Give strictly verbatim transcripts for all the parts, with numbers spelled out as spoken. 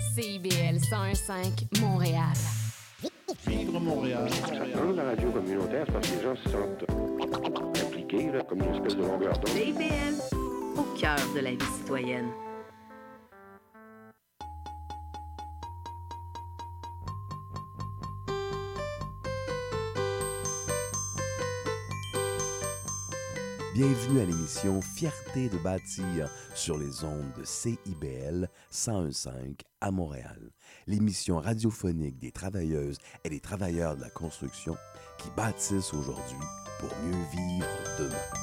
C I B L cent un cinq Montréal. Vivre Montréal. Dans la radio communautaire, c'est parce que les gens se sentent impliqués, là, comme une espèce de longueur d'onde. C I B L, au cœur de la vie citoyenne. Bienvenue à l'émission Fierté de bâtir sur les ondes de C I B L cent un cinq à Montréal. L'émission radiophonique des travailleuses et des travailleurs de la construction qui bâtissent aujourd'hui pour mieux vivre demain.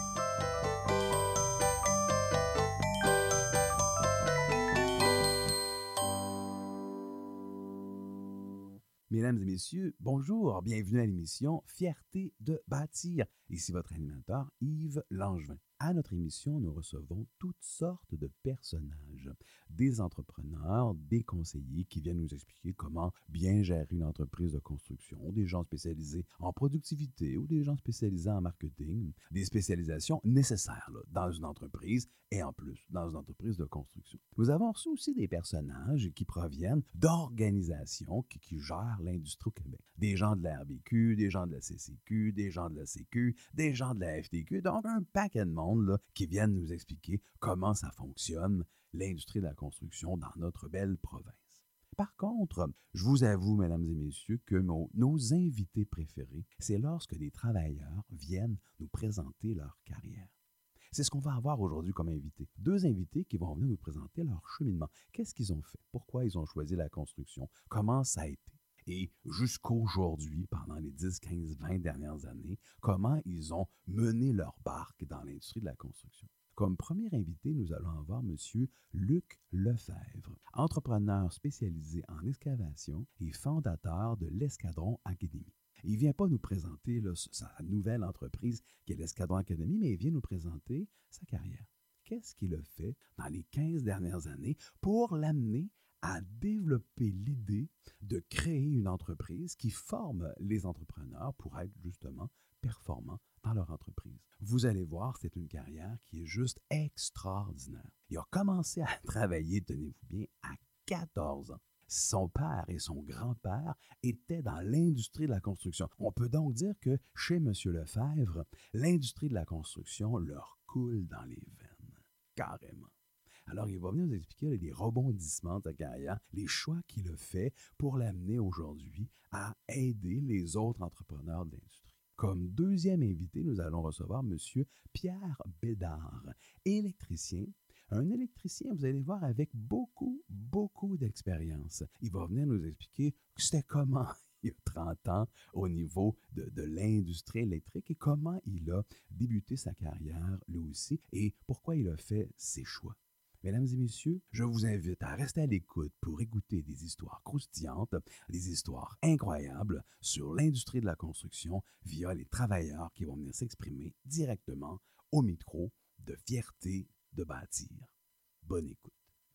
Mesdames et messieurs, bonjour, bienvenue à l'émission Fierté de bâtir. Ici votre animateur Yves Langevin. À notre émission, nous recevons toutes sortes de personnages, des entrepreneurs, des conseillers qui viennent nous expliquer comment bien gérer une entreprise de construction, des gens spécialisés en productivité ou des gens spécialisés en marketing, des spécialisations nécessaires là, dans une entreprise et en plus dans une entreprise de construction. Nous avons reçu aussi des personnages qui proviennent d'organisations qui, qui gèrent l'industrie au Québec. Des gens de la R B Q, des gens de la C C Q, des gens de la C Q, des gens de la F T Q, donc un paquet de monde là, qui viennent nous expliquer comment ça fonctionne, l'industrie de la construction dans notre belle province. Par contre, je vous avoue, mesdames et messieurs, que nos, nos invités préférés, c'est lorsque des travailleurs viennent nous présenter leur carrière. C'est ce qu'on va avoir aujourd'hui comme invité. Deux invités qui vont venir nous présenter leur cheminement. Qu'est-ce qu'ils ont fait? Pourquoi ils ont choisi la construction? Comment ça a été? Et jusqu'aujourd'hui, pendant les dix, quinze, vingt dernières années, comment ils ont mené leur barque dans l'industrie de la construction. Comme premier invité, nous allons avoir M. Luc Lefebvre, entrepreneur spécialisé en excavation et fondateur de l'Escadron Academy. Il ne vient pas nous présenter là, sa nouvelle entreprise qui est l'Escadron Academy, mais il vient nous présenter sa carrière. Qu'est-ce qu'il a fait dans les quinze dernières années pour l'amener à développer l'idée de créer une entreprise qui forme les entrepreneurs pour être justement performants dans leur entreprise. Vous allez voir, c'est une carrière qui est juste extraordinaire. Il a commencé à travailler, tenez-vous bien, à quatorze ans. Son père et son grand-père étaient dans l'industrie de la construction. On peut donc dire que chez M. Lefebvre, l'industrie de la construction leur coule dans les veines, carrément. Alors, il va venir nous expliquer les rebondissements de sa carrière, les choix qu'il a fait pour l'amener aujourd'hui à aider les autres entrepreneurs de l'industrie. Comme deuxième invité, nous allons recevoir M. Pierre Bédard, électricien. Un électricien, vous allez voir, avec beaucoup, beaucoup d'expérience. Il va venir nous expliquer que c'était comment il y a trente ans au niveau de, de l'industrie électrique et comment il a débuté sa carrière lui aussi et pourquoi il a fait ses choix. Mesdames et messieurs, je vous invite à rester à l'écoute pour écouter des histoires croustillantes, des histoires incroyables sur l'industrie de la construction via les travailleurs qui vont venir s'exprimer directement au micro de Fierté de bâtir. Bonne écoute.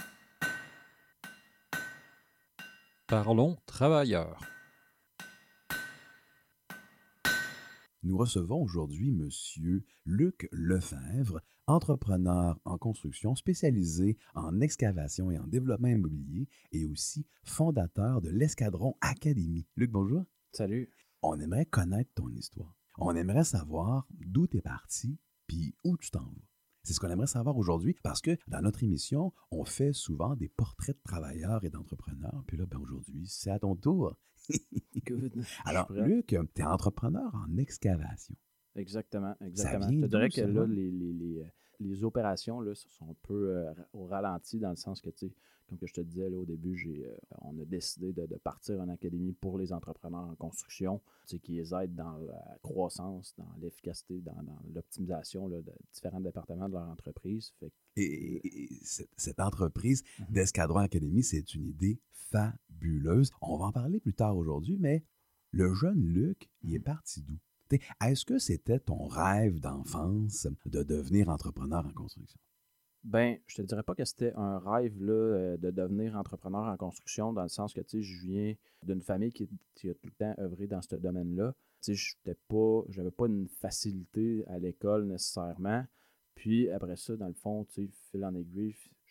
Parlons travailleurs. Nous recevons aujourd'hui M. Luc Lefebvre, entrepreneur en construction spécialisé en excavation et en développement immobilier et aussi fondateur de l'Escadron Academy. Luc, bonjour. Salut. On aimerait connaître ton histoire. On aimerait savoir d'où tu es parti puis où tu t'en vas. C'est ce qu'on aimerait savoir aujourd'hui parce que dans notre émission, on fait souvent des portraits de travailleurs et d'entrepreneurs. Puis là, ben aujourd'hui, c'est à ton tour. Good. Alors, Luc, tu es entrepreneur en excavation. Exactement, exactement. Ça vient Je te dirais d'où, que ça, là, là? les, les, les, les opérations là, sont un peu euh, au ralenti dans le sens que, tu sais, comme que je te disais là, au début, j'ai, euh, on a décidé de, de partir en académie pour les entrepreneurs en construction, tu sais, qui les aident dans la croissance, dans l'efficacité, dans, dans l'optimisation là, de différents départements de leur entreprise. Fait que, Et, et, et cette, cette entreprise mm-hmm. d'Escadron Academy, c'est une idée fabuleuse. On va en parler plus tard aujourd'hui, mais le jeune Luc, il est parti d'où? T'sais, est-ce que c'était ton rêve d'enfance de devenir entrepreneur en construction? Ben, je te dirais pas que c'était un rêve là, euh, de devenir entrepreneur en construction, dans le sens que, tu sais, je viens d'une famille qui, qui a tout le temps œuvré dans ce domaine-là. Tu sais, j'étais pas, j'avais pas une facilité à l'école nécessairement. Puis après ça, dans le fond, tu sais, fil en aiguille,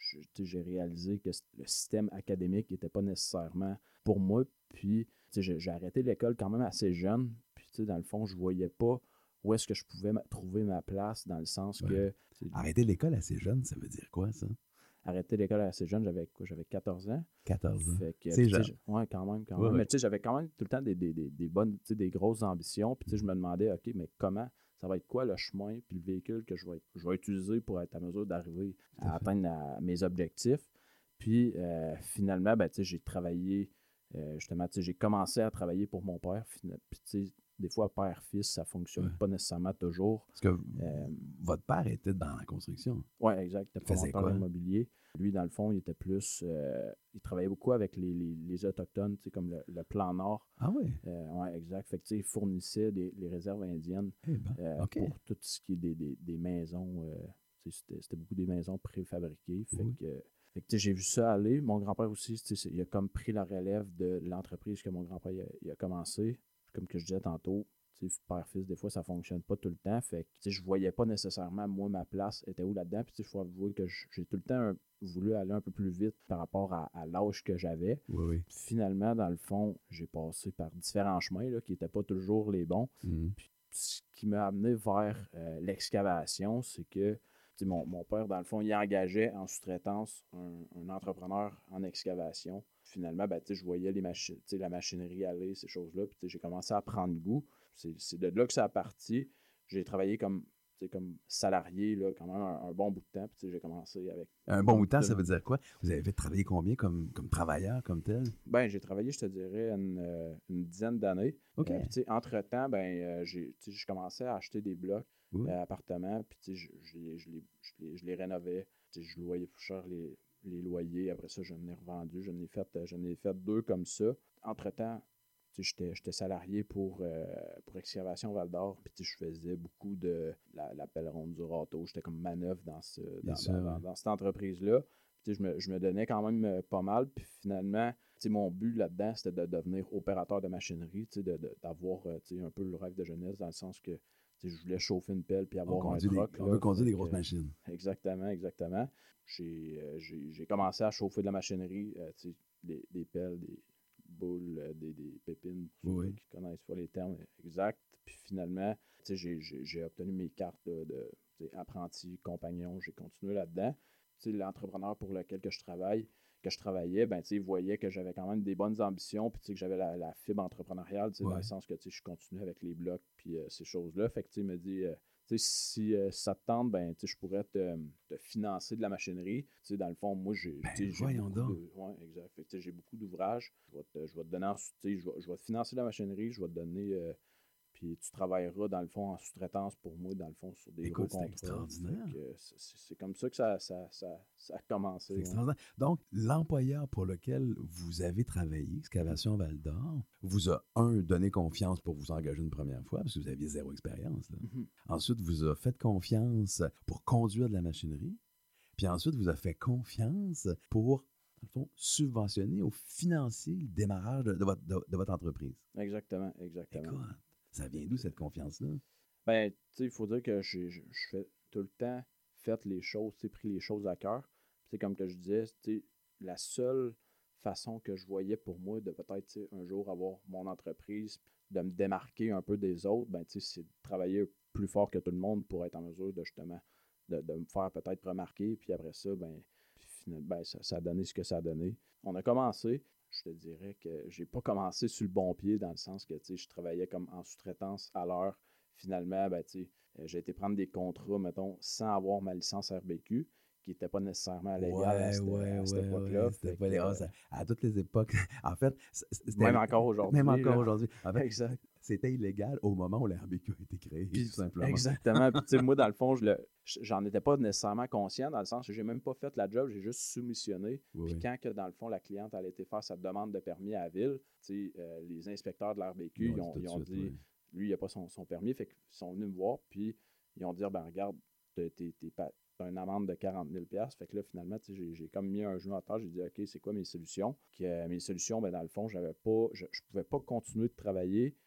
je, tu sais, j'ai réalisé que le système académique n'était pas nécessairement pour moi. Puis, tu sais, j'ai, j'ai arrêté l'école quand même assez jeune. Puis, tu sais, dans le fond, je voyais pas où est-ce que je pouvais ma- trouver ma place, dans le sens Ouais. que... tu sais, Arrêter l'école assez jeune, ça veut dire quoi, ça? arrêter l'école assez jeune, j'avais quoi? J'avais quatorze ans. quatorze ans. Fait que, C'est puis, tu sais, jeune. je- ouais, quand même, quand Ouais, même. ouais. Mais tu sais, j'avais quand même tout le temps des, des, des, des bonnes, tu sais, des grosses ambitions. Puis tu sais, je me demandais, OK, mais comment, ça va être quoi le chemin puis le véhicule que je vais, je vais utiliser pour être à mesure d'arriver Tout à à fait. atteindre la- mes objectifs. Puis euh, finalement, ben, tu sais, j'ai travaillé, euh, justement, tu sais, j'ai commencé à travailler pour mon père. Fina- Puis tu sais, des fois, père-fils, ça fonctionne Ouais. pas nécessairement toujours. Parce que Euh, votre père était dans la construction. Oui, exact. Il était faisait promoteur quoi? immobilier. Lui, dans le fond, il était plus. euh, il travaillait beaucoup avec les, les, les Autochtones, tu sais, comme le, le plan Nord. Ah oui? Euh, oui, exact. Fait que, tu sais, il fournissait des, les réserves indiennes Eh ben, euh, OK. pour tout ce qui est des, des, des maisons. euh, tu sais, c'était, c'était beaucoup des maisons préfabriquées. Fait Oui. que, fait que, tu sais, j'ai vu ça aller. Mon grand-père aussi, tu sais, c'est- il a comme pris la relève de l'entreprise que mon grand-père il a, il a commencé. Comme que je disais tantôt, tu sais, père-fils, des fois, ça fonctionne pas tout le temps. Fait que, tu sais, je voyais pas nécessairement, moi, ma place était où là-dedans. Puis, tu sais, je faut avouer que j- j'ai tout le temps un- voulu aller un peu plus vite par rapport à, à l'âge que j'avais. Oui, oui. Finalement, dans le fond, j'ai passé par différents chemins là, qui n'étaient pas toujours les bons. Mhm. Ce qui m'a amené vers euh, l'excavation, c'est que tu sais, mon, mon père, dans le fond, il engageait en sous-traitance un, un entrepreneur en excavation. Finalement, ben, tu sais, je voyais les machi- tu sais, la machinerie aller, ces choses-là. Puis tu sais, j'ai commencé à prendre goût. C'est, c'est de là que ça a parti. J'ai travaillé comme, tu sais, comme salarié là, quand même un, un bon bout de temps. Puis tu sais, j'ai commencé avec... Un bon bout de temps, de- ça veut dire quoi? Vous avez fait travailler combien comme, comme travailleur, comme tel? Ben, j'ai travaillé, je te dirais, une, euh, une dizaine d'années. OK. Euh, puis, tu sais, entre-temps, ben, euh, j'ai, tu sais, je commençais à acheter des blocs, Oui. euh, appartements, puis tu sais, je, je, les- je, les, je, les, je les rénovais. Tu sais, je louais plus cher les, les loyers. Après ça, je n'ai revendu. Je n'ai fait, je n'ai fait deux comme ça. Entre-temps, tu sais, j'étais, j'étais salarié pour, euh, pour Excavation Val-d'Or. Puis tu sais, je faisais beaucoup de la, la pelle ronde du râteau. J'étais comme manœuvre dans, ce, Bien dans, sûr, dans- ouais. dans cette entreprise-là. Tu sais, je, me, je me donnais quand même euh, pas mal. Puis finalement, tu sais, mon but là-dedans, c'était de devenir opérateur de machinerie, tu sais, de, de- d'avoir euh, tu sais, un peu le rêve de jeunesse, dans le sens que tu sais, je voulais chauffer une pelle puis On, avoir un conduit des, truck. on là. veut conduire des Fait grosses que- machines. Exactement, exactement. J'ai, euh, j'ai, j'ai commencé à chauffer de la machinerie, euh, tu sais, des, des pelles, des boules, euh, des, des pépines, pour Oui, ceux oui. qui connaissent pas les termes exacts. Puis finalement, tu sais, j'ai, j'ai, j'ai obtenu mes cartes de, de tu sais, apprenti, compagnon, j'ai continué là-dedans. Tu sais, l'entrepreneur pour lequel que je travaille, que je travaillais, ben, tu sais, il voyait que j'avais quand même des bonnes ambitions, puis tu sais, que j'avais la, la fibre entrepreneuriale, tu sais, Ouais. dans le sens que tu sais, je continuais avec les blocs, puis euh, ces choses-là. Fait que tu sais, il me dit, euh, tu sais, si euh, ça te tente, ben, tu sais, je pourrais te, te financer de la machinerie. Tu sais, dans le fond, moi, j'ai, Ben, tu sais, j'ai voyons beaucoup donc. de, ouais, exact. Fait que, tu sais, j'ai beaucoup d'ouvrages. Je vais te, je vais te donner, en sous- tu sais, je vais, je vais te financer de la machinerie, je vais te donner, euh, puis tu travailleras, dans le fond, en sous-traitance pour moi, dans le fond, sur des Écoute, gros c'est contrats. extraordinaire. Fait que, euh, c'est, c'est- c'est comme ça que ça, ça, ça, ça a commencé. C'est ouais. extraordinaire. Donc, l'employeur pour lequel vous avez travaillé, Excavation Val-d'Or, vous a, un, donné confiance pour vous engager une première fois, parce que vous aviez zéro expérience. Là. Mhm. Ensuite, vous a fait confiance pour conduire de la machinerie. Puis ensuite, vous a fait confiance pour, dans le fond, subventionner ou financer le démarrage de, de votre, de- de votre entreprise. Exactement, exactement. Écoute, ça vient d'où cette confiance-là? Ben, tu sais, il faut dire que j'ai- je je fais tout le temps fait les choses, tu sais, pris les choses à cœur. Puis, tu sais, comme que je disais, tu sais, la seule façon que je voyais pour moi de peut-être, tu sais, un jour avoir mon entreprise, de me démarquer un peu des autres, ben, tu sais, c'est de travailler plus fort que tout le monde pour être en mesure de justement, de, de me faire peut-être remarquer. Puis après ça, ben, puis finalement, ben, ça, ça a donné ce que ça a donné. On a commencé. Je te dirais que j'ai pas commencé sur le bon pied, dans le sens que, tu sais, je travaillais comme en sous-traitance à l'heure. Finalement, ben, tu sais, euh, j'ai été prendre des contrats, mettons, sans avoir ma licence R B Q, qui n'était pas nécessairement légale à cette, à cette époque-là. C'était Fait pas que, les- ah, euh, ça- à toutes les époques. En fait, c- c'était- Même encore aujourd'hui, Même encore là. aujourd'hui. En fait, Exact. c'était illégal au moment où la R B Q a été créée, Puis, tout simplement. Exactement. Puis, tu sais, moi, dans le fond, je le- j'en étais pas nécessairement conscient, dans le sens que j'ai même pas fait la job, j'ai juste soumissionné. Oui, Puis oui. quand, que, dans le fond, la cliente allait été faire sa demande de permis à la ville, tu sais, euh, les inspecteurs de la R B Q, Ils ils ont ont, dit tout ils de ont suite, dit, oui. lui, il n'a pas son, son permis, fait qu'ils sont venus me voir, puis ils ont dit, ben regarde, t'es, t'es, t'es pas- t'as une amende de quarante mille dollars. Fait que là, finalement, tu sais, j'ai, j'ai comme mis un genou à terre, j'ai dit, OK, c'est quoi mes solutions? Que, euh, mes solutions, ben dans le fond, j'avais pas, je, je pouvais pas continuer de travailler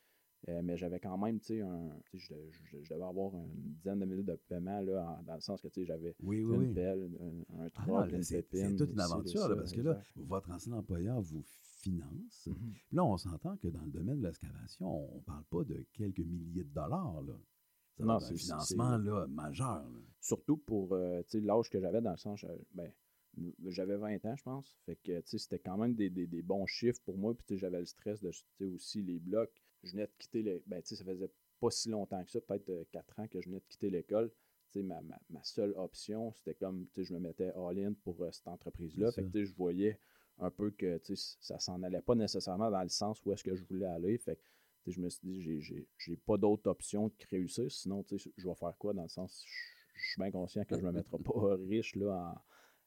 Euh, mais j'avais quand même, tu sais, un, je, je, je devais avoir une dizaine de minutes de paiement, là, en, dans le sens que, tu sais, j'avais oui, oui, une oui. pelle, un, un troc, ah, là, une c'est, pépine. c'est toute une aventure, ça, là, parce que là, exact. votre ancien employeur vous finance. Mm-hmm. Là, on s'entend que dans le domaine de l'excavation, on ne parle pas de quelques milliers de dollars, là. Ça non, c'est un c'est financement, c'est, là, majeur, là. Surtout pour, euh, tu sais, l'âge que j'avais, dans le sens, ben, j'avais vingt ans, je pense. Fait que, tu sais, c'était quand même des, des, des bons chiffres pour moi. Puis, tu sais, j'avais le stress de, tu sais, aussi les blocs. Je venais de quitter, les, ben, tu sais, ça faisait pas si longtemps que ça, peut-être quatre ans que je venais de quitter l'école. Tu sais, ma, ma, ma seule option, c'était comme, tu sais, je me mettais all-in pour uh, cette entreprise-là. Fait que, tu sais, je voyais un peu que, tu sais, ça s'en allait pas nécessairement dans le sens où est-ce que je voulais aller. Fait que, tu sais, je me suis dit, j'ai, j'ai, j'ai pas d'autre option que réussir. Sinon, tu sais, je vais faire quoi dans le sens, je, je suis bien conscient que je me mettrai pas riche, là, en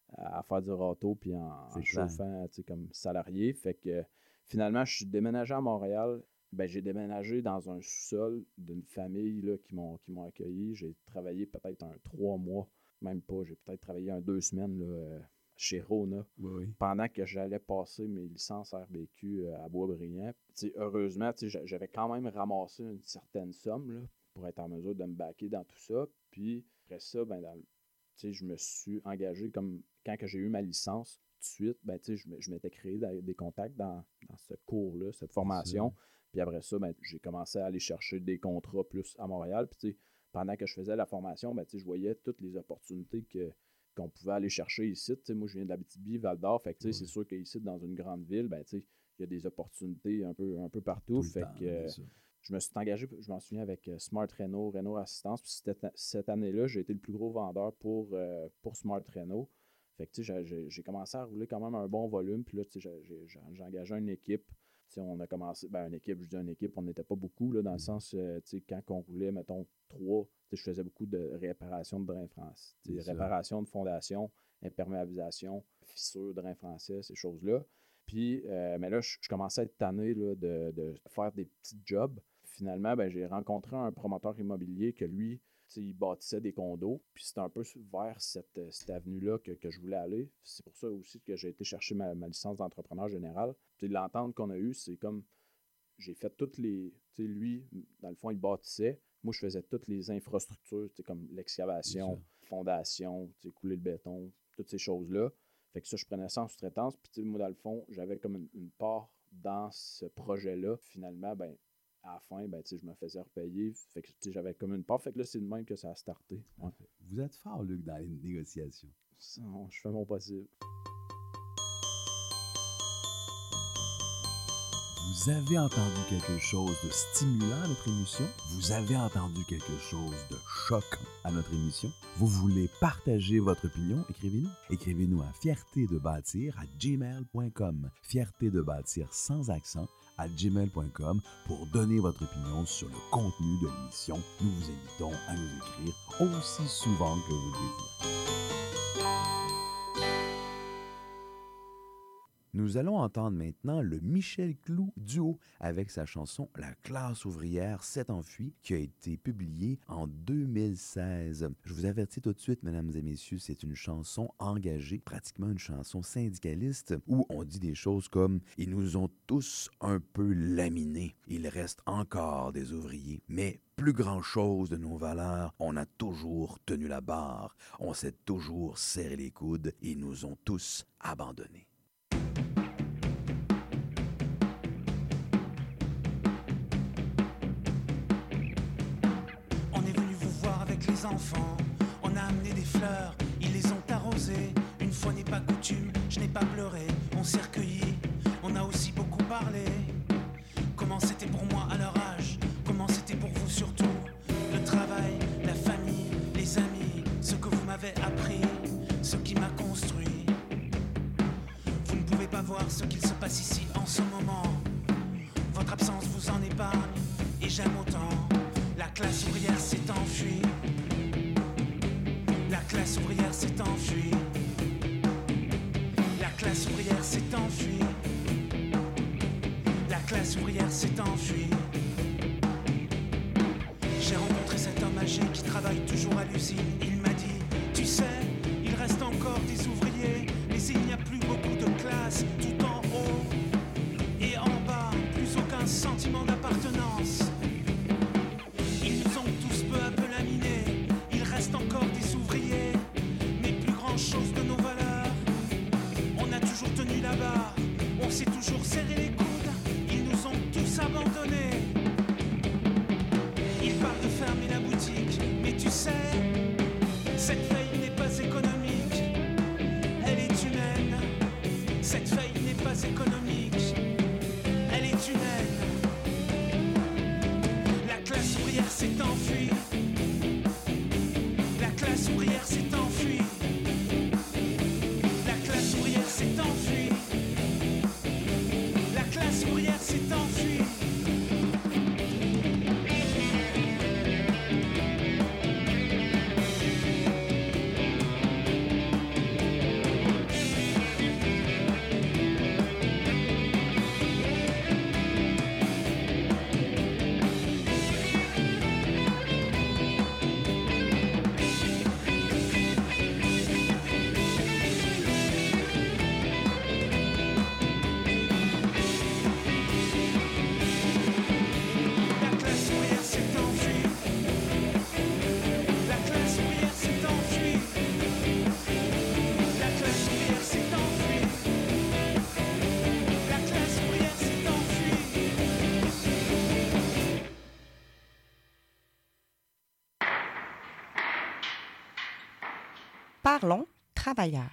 à faire du râteau puis en, en chauffant comme salarié. Fait que finalement, je suis déménagé à Montréal. Ben, j'ai déménagé dans un sous-sol d'une famille là, qui, m'ont, qui m'ont accueilli. J'ai travaillé peut-être un trois mois, même pas. J'ai peut-être travaillé un deux semaines là, chez Rona oui, oui. pendant que j'allais passer mes licences R B Q à Boisbriand. T'sais, heureusement, j'avais quand même ramassé une certaine somme là, pour être en mesure de me backer dans tout ça. Puis après ça, ben, dans le T'sais, je me suis engagé comme quand que j'ai eu ma licence, tout de suite, ben, je, je m'étais créé des contacts dans, dans ce cours-là, cette formation. Puis après ça, ben, j'ai commencé à aller chercher des contrats plus à Montréal. Puis pendant que je faisais la formation, ben, je voyais toutes les opportunités que, qu'on pouvait aller chercher ici. T'sais, moi, je viens de l'Abitibi, Val-d'Or. Fait que, oui. C'est sûr qu'ici, dans une grande ville, ben, il y a des opportunités un peu, un peu partout. Tout fait temps, que euh, je me suis engagé, je m'en souviens, avec Smart Reno, Reno Assistance. Puis cette, cette année-là, j'ai été le plus gros vendeur pour, euh, pour Smart Reno. Fait que, tu sais, j'ai, j'ai commencé à rouler quand même un bon volume. Puis là, tu sais, j'ai, j'ai, j'ai engagé une équipe. Tu sais, on a commencé, ben, une équipe, je dis une équipe, on n'était pas beaucoup, là, dans le sens, euh, tu sais, quand on roulait, mettons, trois, tu sais, je faisais beaucoup de réparation de drains français. Tu sais, réparation de fondation, imperméabilisation, fissure, drains français, ces choses-là. Puis, euh, mais là, je, je commençais à être tanné là, de, de faire des petits jobs. Finalement, ben, j'ai rencontré un promoteur immobilier que lui, il bâtissait des condos. Puis c'était un peu vers cette, cette avenue-là que, que je voulais aller. C'est pour ça aussi que j'ai été chercher ma, ma licence d'entrepreneur général. Puis l'entente qu'on a eue, c'est comme j'ai fait toutes les. Tu sais, lui, dans le fond, il bâtissait. Moi, je faisais toutes les infrastructures, comme l'excavation, fondation, couler le béton, toutes ces choses-là. Fait que ça, je prenais ça en sous-traitance. Puis moi, dans le fond, j'avais comme une, une part dans ce projet-là. Finalement, ben à la fin, ben, je me faisais repayer. Fait que j'avais comme une part. Fait que là, c'est de même que ça a starté. Ouais. Vous êtes fort, Luc, dans les négociations. Ça, je fais mon possible. Vous avez entendu quelque chose de stimulant à notre émission? Vous avez entendu quelque chose de choquant à notre émission? Vous voulez partager votre opinion? Écrivez-nous. Écrivez-nous à fierté de bâtir à gmail point com. Fierté de bâtir sans accent à gmail point com pour donner votre opinion sur le contenu de l'émission. Nous vous invitons à nous écrire aussi souvent que vous le désirez. Nous allons entendre maintenant le Michel Cloux duo avec sa chanson « La classe ouvrière s'est enfuie » qui a été publiée en deux mille seize. Je vous avertis tout de suite, mesdames et messieurs, c'est une chanson engagée, pratiquement une chanson syndicaliste où on dit des choses comme « Ils nous ont tous un peu laminés. Il reste encore des ouvriers. Mais plus grand-chose de nos valeurs, on a toujours tenu la barre. On s'est toujours serré les coudes. Ils nous ont tous abandonnés. » Les enfants, on a amené des fleurs, ils les ont arrosées. Une fois n'est pas coutume, je n'ai pas pleuré. On s'est recueillis, on a aussi beaucoup parlé. Comment c'était pour moi à leur âge, comment c'était pour vous surtout. Le travail, la famille, les amis, ce que vous m'avez appris, ce qui m'a construit. Vous ne pouvez pas voir ce qu'il se passe ici en ce moment. Votre absence vous en épargne, et j'aime autant. La classe ouvrière s'est enfuie. La classe ouvrière s'est enfuie. La classe ouvrière s'est enfuie. La classe ouvrière s'est enfuie. J'ai rencontré cet homme âgé qui travaille toujours à l'usine. Il m'a dit, tu sais, il reste encore des ouvriers, mais il n'y a plus beaucoup de classes tout en haut et en bas. Plus aucun sentiment d'appartenance. Cette faille n'est pas économique, elle est humaine. Cette faille n'est pas économique, elle est humaine. La classe ouvrière s'est enfuie. La classe ouvrière s'est enfuie. La classe ouvrière s'est enfuie. La classe ouvrière s'est enfuie. Parlons travailleurs.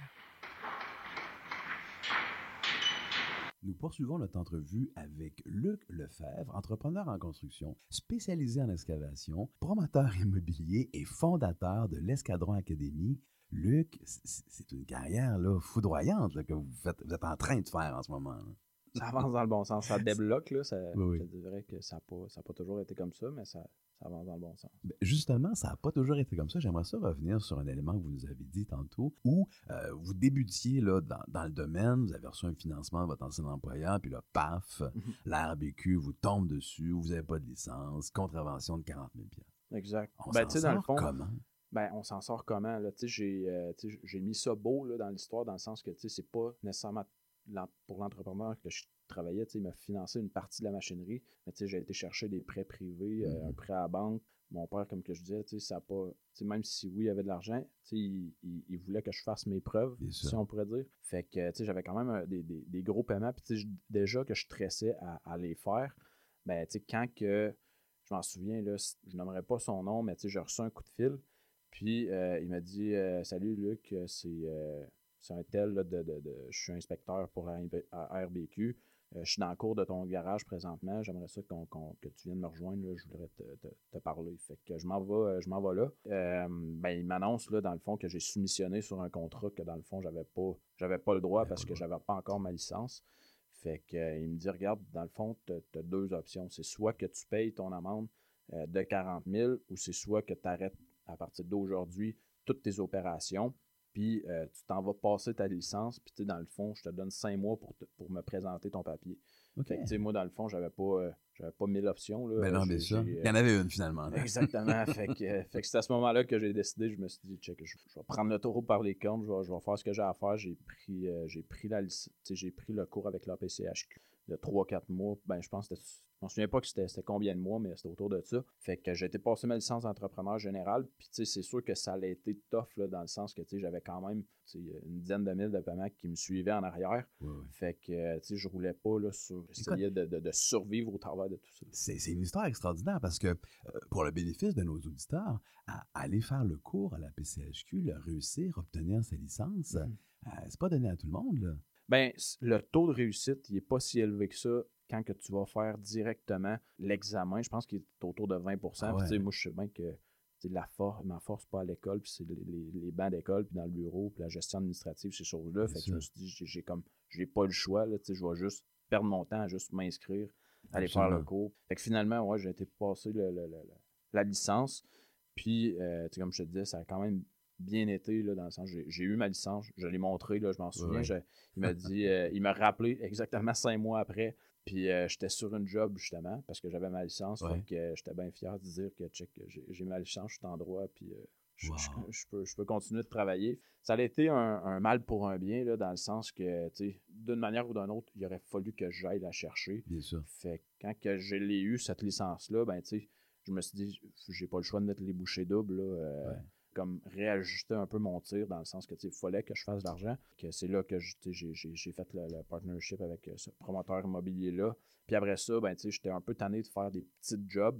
Nous poursuivons notre entrevue avec Luc Lefebvre, entrepreneur en construction, spécialisé en excavation, promoteur immobilier et fondateur de l'Escadron Academy. Luc, c'est une carrière là, foudroyante là, que vous, faites, vous êtes en train de faire en ce moment. Là. Ça avance dans le bon sens. Ça débloque. Là, ça, oui, oui. Je te dirais que ça n'a pas, pas toujours été comme ça, mais ça, ça avance dans le bon sens. Bien, justement, ça n'a pas toujours été comme ça. J'aimerais ça revenir sur un élément que vous nous avez dit tantôt, où euh, vous débutiez là, dans, dans le domaine, vous avez reçu un financement de votre ancien employeur, puis là, paf, mm-hmm. la R B Q vous tombe dessus, vous n'avez pas de licence, contravention de quarante mille dollars. Exact. On ben, s'en sort dans le fond, comment? Ben, on s'en sort comment? Là? J'ai, euh, j'ai mis ça beau là, dans l'histoire, dans le sens que c'est pas nécessairement pour l'entrepreneur que je travaillais, il m'a financé une partie de la machinerie, mais j'ai été chercher des prêts privés, mm-hmm. euh, un prêt à la banque. Mon père, comme que je disais, ça a pas, même si oui, il y avait de l'argent, il, il, il voulait que je fasse mes preuves, si on pourrait dire. Fait que j'avais quand même un, des, des, des gros paiements, puis déjà que je stressais à, à les faire, ben, quand que, je m'en souviens, là, je nommerai pas son nom, mais j'ai reçu un coup de fil, puis euh, il m'a dit euh, « Salut Luc, c'est... Euh, c'est un tel, là, de, de, de, je suis inspecteur pour la R B Q. Euh, je suis dans le cours de ton garage présentement. J'aimerais ça qu'on, qu'on, que tu viennes me rejoindre. Là. Je voudrais te, te, te parler. Fait que je m'en vais, je m'en vais là. Euh, ben, il m'annonce, là, dans le fond, que j'ai soumissionné sur un contrat que, dans le fond, j'avais pas, j'avais pas le droit parce que j'avais pas encore ma licence. Fait que, euh, il me dit, regarde, dans le fond, tu as deux options. C'est soit que tu payes ton amende euh, de quarante mille ou c'est soit que tu arrêtes à partir d'aujourd'hui toutes tes opérations. Puis euh, tu t'en vas passer ta licence, puis tu sais, dans le fond, je te donne cinq mois pour, te, pour me présenter ton papier. Okay. Fait que, tu sais, moi, dans le fond, j'avais pas, euh, j'avais pas mille options. Là. Ben non, mais ça, il y en avait une finalement. Là. Exactement. fait, que, euh, fait que c'est à ce moment-là que j'ai décidé, je me suis dit, check, je, je vais prendre le taureau par les cornes, je vais, je vais faire ce que j'ai à faire. J'ai pris, euh, j'ai pris la j'ai pris le cours avec l'A P C H Q de trois à quatre mois. Ben, je pense que c'était, je me souviens pas que c'était, c'était combien de mois, mais c'était autour de ça. Fait que j'ai été passer ma licence d'entrepreneur général, puis tu sais, c'est sûr que ça allait été tough, là, dans le sens que, tu sais, j'avais quand même, tu sais, une dizaine de mille de paiements qui me suivaient en arrière. Ouais, ouais. Fait que, tu sais, je roulais pas, là, sur, j'essayais de, de, de survivre au travers de tout ça. C'est, c'est une histoire extraordinaire parce que, euh, pour le bénéfice de nos auditeurs, à, à aller faire le cours à la P C H Q, le réussir, obtenir sa licence, mm-hmm. euh, c'est pas donné à tout le monde, là. Ben, le taux de réussite, il n'est pas si élevé que ça quand que tu vas faire directement l'examen. Je pense qu'il est autour de vingt pour cent. Ah ouais. Puis, moi, je sais bien que la force, ma force, pas à l'école, puis c'est les, les, les bancs d'école, puis dans le bureau, puis la gestion administrative, ces choses-là. Fait que je me suis dit, j'ai, j'ai comme, j'ai pas le choix, là, je vais juste perdre mon temps à juste m'inscrire, aller Absolument. Faire le cours. Fait que finalement, ouais, j'ai été passer le, le, le, la licence. Puis, euh, comme je te disais, ça a quand même bien été, là, dans le sens, j'ai, j'ai eu ma licence, je l'ai montré, là, je m'en souviens. Ouais. Je, il m'a dit, euh, il m'a rappelé exactement cinq mois après. Puis euh, j'étais sur une job, justement, parce que j'avais ma licence. Ouais. Fait que euh, j'étais bien fier de dire que check, j'ai, j'ai ma licence, je suis en droit, puis euh, je, wow. je, je, peux, je peux continuer de travailler. Ça a été un, un mal pour un bien, là, dans le sens que, tu sais, d'une manière ou d'une autre, il aurait fallu que j'aille la chercher. Bien sûr. Fait que quand que je l'ai eu, cette licence-là, ben, tu sais, je me suis dit, j'ai pas le choix de mettre les bouchées doubles, là. Euh, ouais. Comme réajuster un peu mon tir dans le sens que il fallait que je fasse de l'argent. Que c'est là que j'ai, j'ai, j'ai fait le, le partnership avec ce promoteur immobilier-là. Puis après ça, ben, j'étais un peu tanné de faire des petits jobs.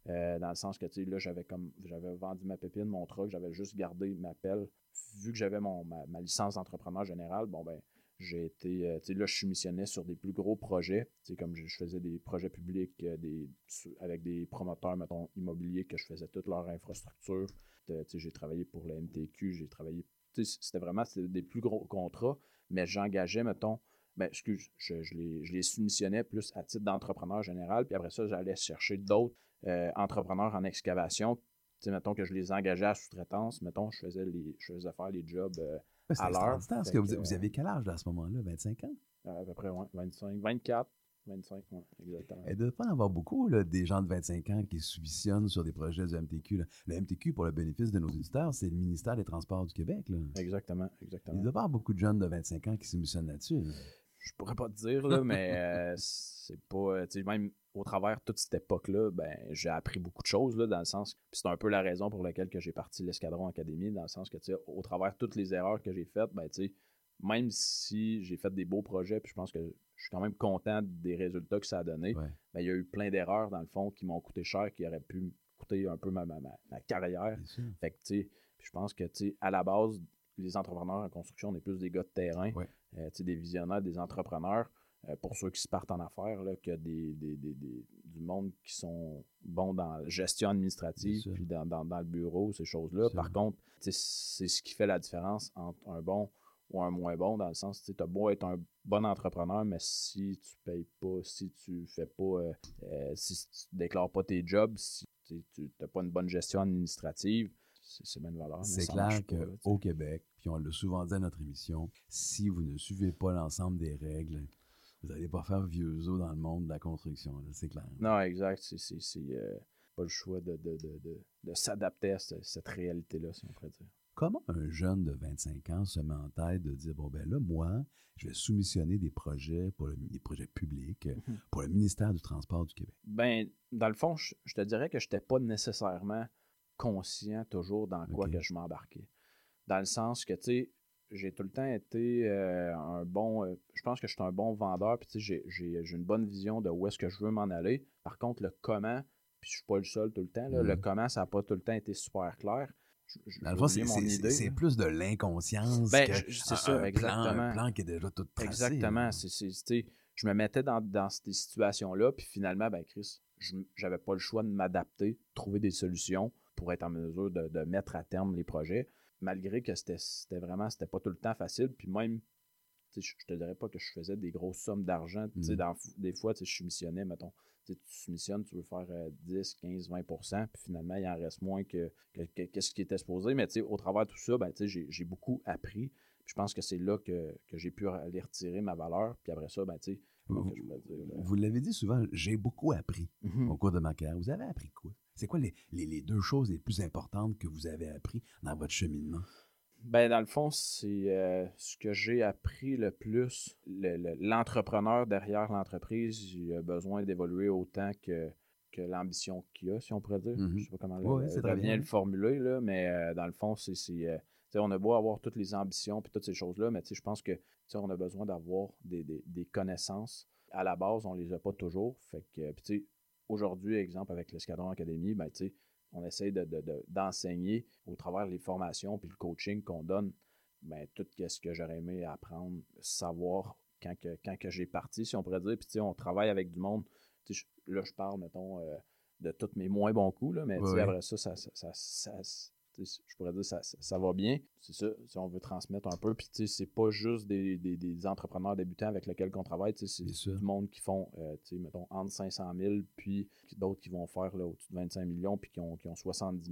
Euh, dans le sens que, tu sais, là, j'avais comme j'avais vendu ma pépine, mon truck, j'avais juste gardé ma pelle. Vu que j'avais mon, ma, ma licence d'entrepreneur général, bon, ben, j'ai été, euh, tu sais, là, je soumissionnais sur des plus gros projets, tu sais, comme je, je faisais des projets publics euh, des, avec des promoteurs, mettons, immobiliers, que je faisais toute leur infrastructure. Tu sais, j'ai travaillé pour la M T Q, j'ai travaillé, tu sais, c'était vraiment c'était des plus gros contrats, mais j'engageais, mettons, ben, excuse, je, je, les, je les soumissionnais plus à titre d'entrepreneur général, puis après ça, j'allais chercher d'autres euh, entrepreneurs en excavation. Tu sais, mettons que je les engageais à sous-traitance, mettons, je faisais, les, je faisais faire les jobs euh, Ouais, c'est à l'heure. extraordinaire, parce que, que vous, vous aviez quel âge là, à ce moment-là? vingt-cinq ans? Euh, à peu près, oui, vingt-cinq, vingt-quatre, vingt-cinq, oui, exactement. Il ne doit pas en avoir beaucoup, là, des gens de vingt-cinq ans qui subventionnent sur des projets du M T Q. Là. Le M T Q, pour le bénéfice de nos auditeurs, c'est le ministère des Transports du Québec. Là. Exactement, exactement. Il doit y avoir beaucoup de jeunes de vingt-cinq ans qui subventionnent là-dessus. Là. Je pourrais pas te dire, là, mais euh, c'est pas... Tu sais, même au travers de toute cette époque-là, ben, j'ai appris beaucoup de choses, là, dans le sens... Puis c'est un peu la raison pour laquelle que j'ai parti l'Escadron Académie, dans le sens que, tu sais, au travers de toutes les erreurs que j'ai faites, ben, tu sais, même si j'ai fait des beaux projets, puis je pense que je suis quand même content des résultats que ça a donné, Ouais. ben, il y a eu plein d'erreurs, dans le fond, qui m'ont coûté cher, qui auraient pu me coûter un peu ma, ma, ma, ma carrière. Fait que, tu sais, je pense que, tu sais, à la base, les entrepreneurs en construction, on est plus des gars de terrain, ouais. euh, tu sais, des visionnaires, des entrepreneurs, euh, pour ceux qui se partent en affaires, là, que des, des, des, des, du monde qui sont bons dans la gestion administrative, puis dans, dans, dans le bureau, ces choses-là. Par contre, tu sais, c'est ce qui fait la différence entre un bon ou un moins bon, dans le sens, tu sais, t'as beau être un bon entrepreneur, mais si tu payes pas, si tu fais pas, euh, euh, si tu déclares pas tes jobs, si tu n'as pas une bonne gestion administrative, c'est, c'est même valeur. C'est clair qu'au Québec, puis on l'a souvent dit à notre émission, si vous ne suivez pas l'ensemble des règles, vous n'allez pas faire vieux os dans le monde de la construction, là, c'est clair. Non, exact. C'est, c'est, c'est euh, pas le choix de, de, de, de, de s'adapter à cette, cette réalité-là, si on pourrait dire. Comment un jeune de vingt-cinq ans se met en tête de dire, bon, ben là, moi, je vais soumissionner des projets pour le, des projets publics, mm-hmm. pour le ministère du Transport du Québec? Ben, dans le fond, je, je te dirais que je n'étais pas nécessairement conscient toujours dans quoi okay. que je m'embarquais. Dans le sens que, tu sais, j'ai tout le temps été euh, un bon... Euh, je pense que je suis un bon vendeur, puis tu sais, j'ai, j'ai, j'ai une bonne vision de où est-ce que je veux m'en aller. Par contre, le comment, puis je suis pas le seul tout le temps, là, mm. le comment, ça n'a pas tout le temps été super clair. Je, je, Dans le fond, c'est, c'est, idée, c'est plus de l'inconscience ben, que je, c'est ça, un, exactement. Plan, un plan qui est déjà tout tracé. Exactement. C'est, c'est, c'est, je me mettais dans, dans ces situations-là, puis finalement, ben Chris, je, j'avais pas le choix de m'adapter, trouver des solutions pour être en mesure de, de mettre à terme les projets, malgré que c'était, c'était vraiment, c'était pas tout le temps facile, puis même, je, je te dirais pas que je faisais des grosses sommes d'argent, mm. dans, des fois, je soumissionnais, mettons, tu soumissionnes, tu veux faire euh, dix, quinze, vingt pour cent, puis finalement, il en reste moins que, que, que, que ce qui était supposé, mais au travers de tout ça, ben, j'ai, j'ai beaucoup appris, puis je pense que c'est là que, que j'ai pu aller retirer ma valeur, puis après ça, ben, tu sais, vous, que je peux dire, ben... vous l'avez dit souvent, j'ai beaucoup appris mm-hmm. au cours de ma carrière. Vous avez appris quoi? C'est quoi les, les, les deux choses les plus importantes que vous avez appris dans votre cheminement? Ben, dans le fond, c'est euh, ce que j'ai appris le plus. Le, le, l'entrepreneur derrière l'entreprise, il a besoin d'évoluer autant que, que l'ambition qu'il a, si on pourrait dire. Mm-hmm. Je sais pas comment ouais, le, c'est le, bien, bien le formuler, là, mais euh, dans le fond, c'est... c'est euh, on a beau avoir toutes les ambitions et toutes ces choses-là, mais je pense que on a besoin d'avoir des, des, des connaissances. À la base, on les a pas toujours. Fait que, puis aujourd'hui, exemple, avec l'Escadron Académie, ben, on essaie de, de, de, d'enseigner au travers des formations puis le coaching qu'on donne, ben, tout ce que j'aurais aimé apprendre, savoir quand, que, quand que j'ai parti, si on pourrait dire. Puis on travaille avec du monde. Je, là, je parle, mettons, euh, de tous mes moins bons coups, là, mais oui. après ça, ça, ça, ça, ça, ça je pourrais dire que ça, ça, ça va bien. C'est ça, si on veut transmettre un peu. Puis, tu sais, c'est pas juste des, des, des entrepreneurs débutants avec lesquels on travaille. Tu sais, c'est Bien du sûr. monde qui font, euh, tu sais, mettons, entre cinq cent mille, puis d'autres qui vont faire là, au-dessus de vingt-cinq millions, puis qui ont, qui ont soixante-dix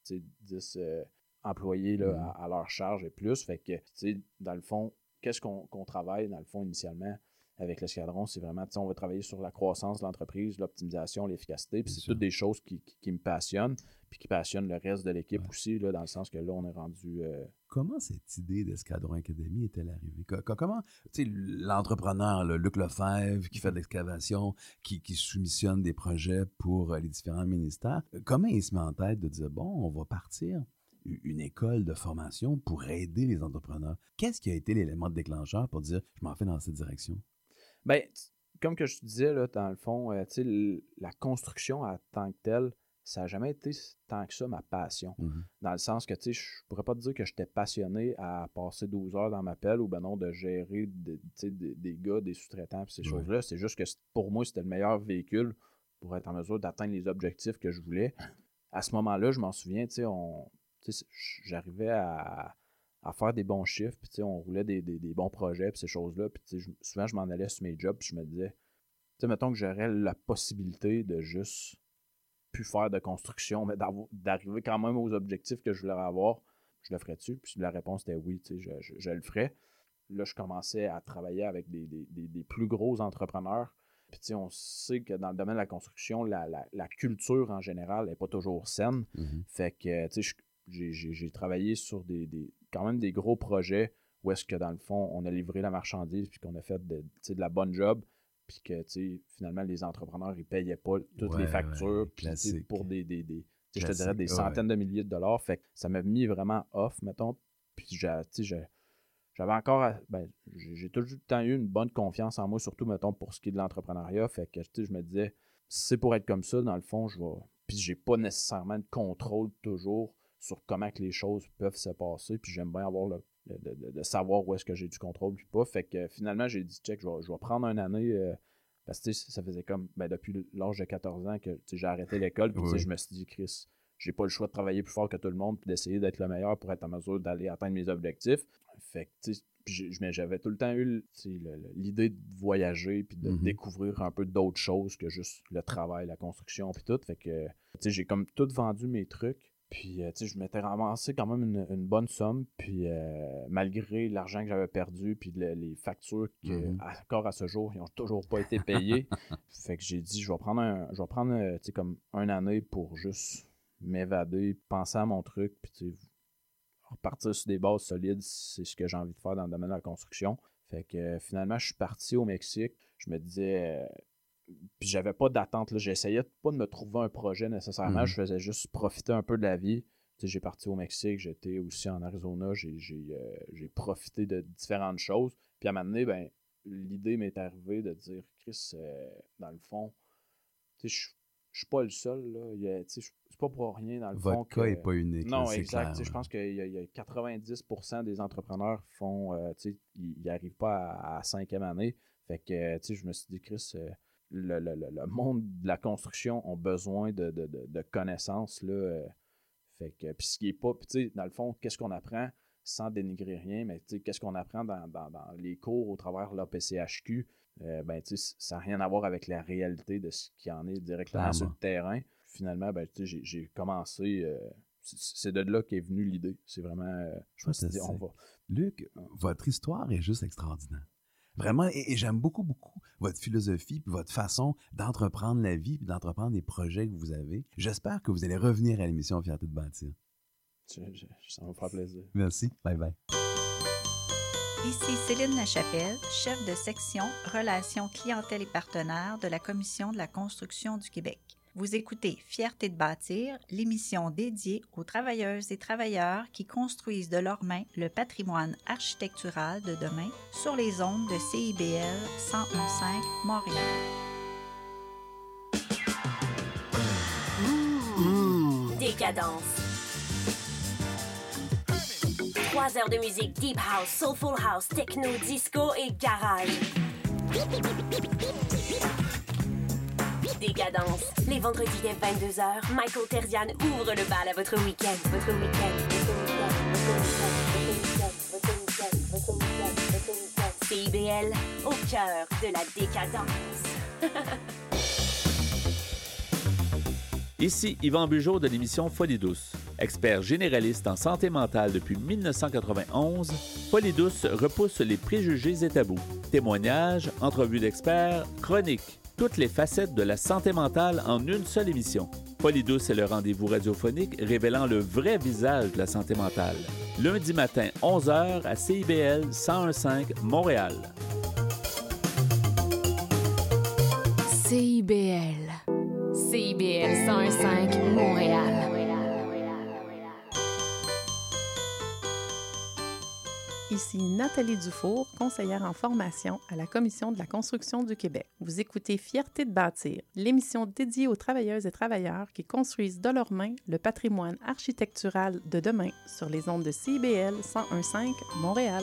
euh, employés là, mmh. à, à leur charge et plus. Fait que, tu sais, dans le fond, qu'est-ce qu'on, qu'on travaille, dans le fond, initialement, avec l'Escadron, c'est vraiment, tu sais, on va travailler sur la croissance de l'entreprise, l'optimisation, l'efficacité, puis c'est sûr. toutes des choses qui, qui, qui me passionnent, puis qui passionnent le reste de l'équipe ouais. aussi, là, dans le sens que là, on est rendu... Euh... Comment cette idée d'Escadron Académie est-elle arrivée? Comment, tu sais, l'entrepreneur, là, Luc Lefebvre, qui fait de l'excavation, qui, qui soumissionne des projets pour les différents ministères, comment il se met en tête de dire, bon, on va partir une école de formation pour aider les entrepreneurs? Qu'est-ce qui a été l'élément déclencheur pour dire, je m'en fais dans cette direction? Bien, comme que je te disais, là, dans le fond, euh, tu sais, la construction en tant que telle, ça n'a jamais été tant que ça ma passion. Mm-hmm. Dans le sens que, tu sais, je pourrais pas te dire que j'étais passionné à passer douze heures dans ma pelle ou ben non, de gérer de, des, des gars, des sous-traitants et ces ouais. choses-là. C'est juste que pour moi, c'était le meilleur véhicule pour être en mesure d'atteindre les objectifs que je voulais. À ce moment-là, je m'en souviens, tu sais, on, tu sais, j'arrivais à, à faire des bons chiffres, puis tu sais, on roulait des, des, des bons projets, puis ces choses-là. Puis tu sais, souvent, je m'en allais sur mes jobs, puis je me disais, tu sais, mettons que j'aurais la possibilité de juste plus faire de construction, mais d'arriver quand même aux objectifs que je voulais avoir, je le ferais-tu? Puis la réponse était oui, tu sais, je, je, je le ferais. Là, je commençais à travailler avec des, des, des, des plus gros entrepreneurs. Puis tu sais, on sait que dans le domaine de la construction, la, la, la culture en général n'est pas toujours saine. Mm-hmm. Fait que, tu sais, j'ai, j'ai, j'ai travaillé sur des, des, quand même des gros projets où est-ce que, dans le fond, on a livré la marchandise puis qu'on a fait de, de la bonne job. Puis que, tu sais, finalement, les entrepreneurs, ils ne payaient pas toutes ouais, les factures ouais, puis, pour des, des, des je te dirais, des centaines ouais. de milliers de dollars. Fait que ça m'a mis vraiment off, mettons. Puis, tu sais, j'avais encore, ben, j'ai toujours le temps eu une bonne confiance en moi, surtout, mettons, pour ce qui est de l'entrepreneuriat. Fait que, tu sais, je me disais, si c'est pour être comme ça, dans le fond, je vais... Puis, j'ai pas nécessairement de contrôle toujours sur comment que les choses peuvent se passer. Puis, j'aime bien avoir le De, de, de savoir où est-ce que j'ai du contrôle puis pas. Fait que finalement, j'ai dit, check, je vais, je vais prendre une année, euh, parce que ça faisait comme, ben, depuis l'âge de quatorze ans que j'ai arrêté l'école, puis oui. je me suis dit, Chris, j'ai pas le choix de travailler plus fort que tout le monde puis d'essayer d'être le meilleur pour être en mesure d'aller atteindre mes objectifs. Fait que, tu sais, j'avais tout le temps eu l'idée de voyager puis de mm-hmm. découvrir un peu d'autres choses que juste le travail, la construction puis tout. Fait que, tu sais, j'ai comme tout vendu mes trucs. Puis, euh, tu sais, je m'étais ramassé quand même une, une bonne somme. Puis, euh, malgré l'argent que j'avais perdu, puis le, les factures qui, mm-hmm. encore à ce jour, ils n'ont toujours pas été payées. Fait que j'ai dit, je vais prendre, un, je vais prendre tu sais, comme une année pour juste m'évader, penser à mon truc, puis, tu sais, repartir sur des bases solides, c'est ce que j'ai envie de faire dans le domaine de la construction. Fait que, euh, finalement, je suis parti au Mexique. Je me disais... Euh, Puis j'avais pas d'attente, là. J'essayais pas de me trouver un projet nécessairement, mmh. je faisais juste profiter un peu de la vie. Tu sais, j'ai parti au Mexique, j'étais aussi en Arizona, j'ai, j'ai, euh, j'ai profité de différentes choses. Puis à un moment donné, ben, l'idée m'est arrivée de dire, Chris, euh, dans le fond, tu sais, je suis pas le seul, là. Il y a, tu sais, c'est pas pour rien, dans le Votre fond. Votre cas que, n'est pas unique. Non, là, c'est exact. Clair, je pense qu'il y a, il y a quatre-vingt-dix pour cent des entrepreneurs font, euh, tu sais, ils n'arrivent pas à la cinquième année. Fait que, tu sais, je me suis dit, Chris, euh, Le, le, le monde de la construction ont besoin de, de, de, de connaissances. Là, euh, fait que, puis ce qui est pas, puis tu sais, dans le fond, qu'est-ce qu'on apprend sans dénigrer rien, mais tu sais, qu'est-ce qu'on apprend dans, dans, dans les cours au travers de l'A P C H Q, euh, ben tu sais, ça n'a rien à voir avec la réalité de ce qui en est directement Clairement. Sur le terrain. Finalement, ben tu sais, j'ai, j'ai commencé, euh, c'est, c'est de là qu'est venue l'idée. C'est vraiment, euh, je me suis dit, on va. Luc, votre histoire est juste extraordinaire. Vraiment, et, et j'aime beaucoup, beaucoup votre philosophie puis votre façon d'entreprendre la vie puis d'entreprendre les projets que vous avez. J'espère que vous allez revenir à l'émission Fierté de bâtir. Je, je, ça me fera plaisir. Merci. Bye bye. Ici Céline Lachapelle, chef de section Relations clientèle et partenaires de la Commission de la construction du Québec. Vous écoutez Fierté de bâtir, l'émission dédiée aux travailleuses et travailleurs qui construisent de leurs mains le patrimoine architectural de demain sur les ondes de C I B L cent un virgule cinq Montréal. Mmh. Décadence. Trois heures de musique deep house, soulful house, techno, disco et garage. Décadence. Les vendredis dès vingt-deux heures, Michael Terzian ouvre le bal à votre week-end. Votre week-end. C I B L, au cœur de la décadence. Ici Yvan Bugeaud de l'émission Folie douce. Expert généraliste en santé mentale depuis dix-neuf cent quatre-vingt-onze, Folie douce repousse les préjugés et tabous. Témoignages, entrevues d'experts, chroniques. Toutes les facettes de la santé mentale en une seule émission. Folie douce est le rendez-vous radiophonique révélant le vrai visage de la santé mentale. Lundi matin, onze heures à C I B L cent un virgule cinq Montréal. C I B L. C I B L cent un virgule cinq Montréal. Ici Nathalie Dufour, conseillère en formation à la Commission de la construction du Québec. Vous écoutez Fierté de bâtir, l'émission dédiée aux travailleuses et travailleurs qui construisent de leurs mains le patrimoine architectural de demain sur les ondes de C I B L cent un virgule cinq Montréal.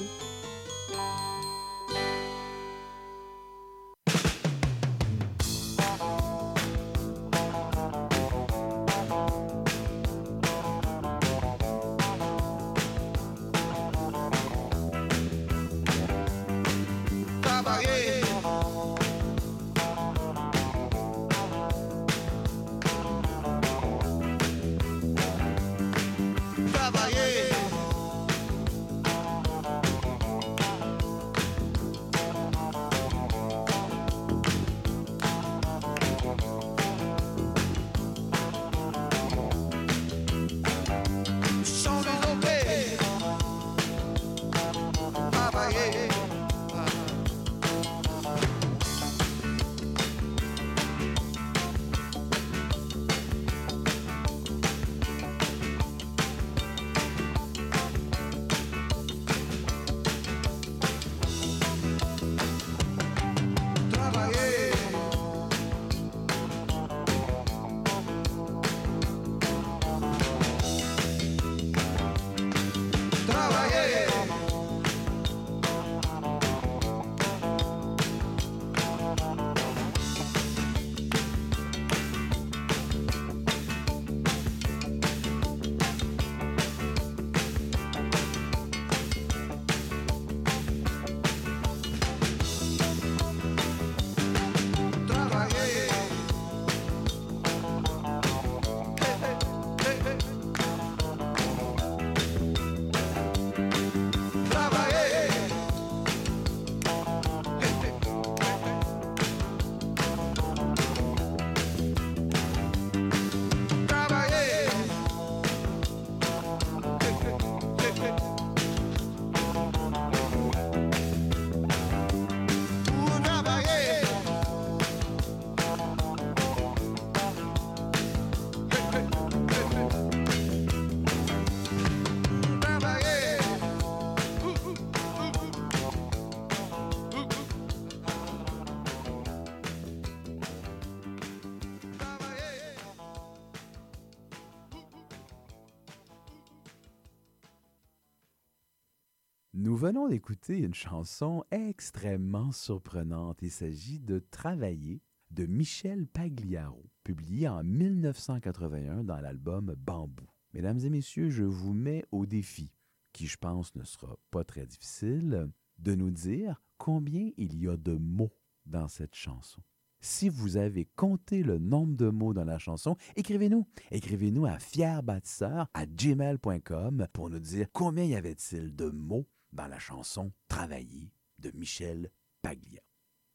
Nous venons d'écouter une chanson extrêmement surprenante. Il s'agit de « Travailler » de Michel Pagliaro, publié en mille neuf cent quatre-vingt-un dans l'album Bambou. Mesdames et messieurs, je vous mets au défi, qui je pense ne sera pas très difficile, de nous dire combien il y a de mots dans cette chanson. Si vous avez compté le nombre de mots dans la chanson, écrivez-nous. Écrivez-nous à fierbâtisseur arobase gmail point com pour nous dire combien y avait-il de mots dans la chanson « Travailler » de Michel Pagliaro.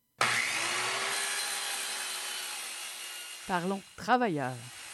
Parlons travailleurs.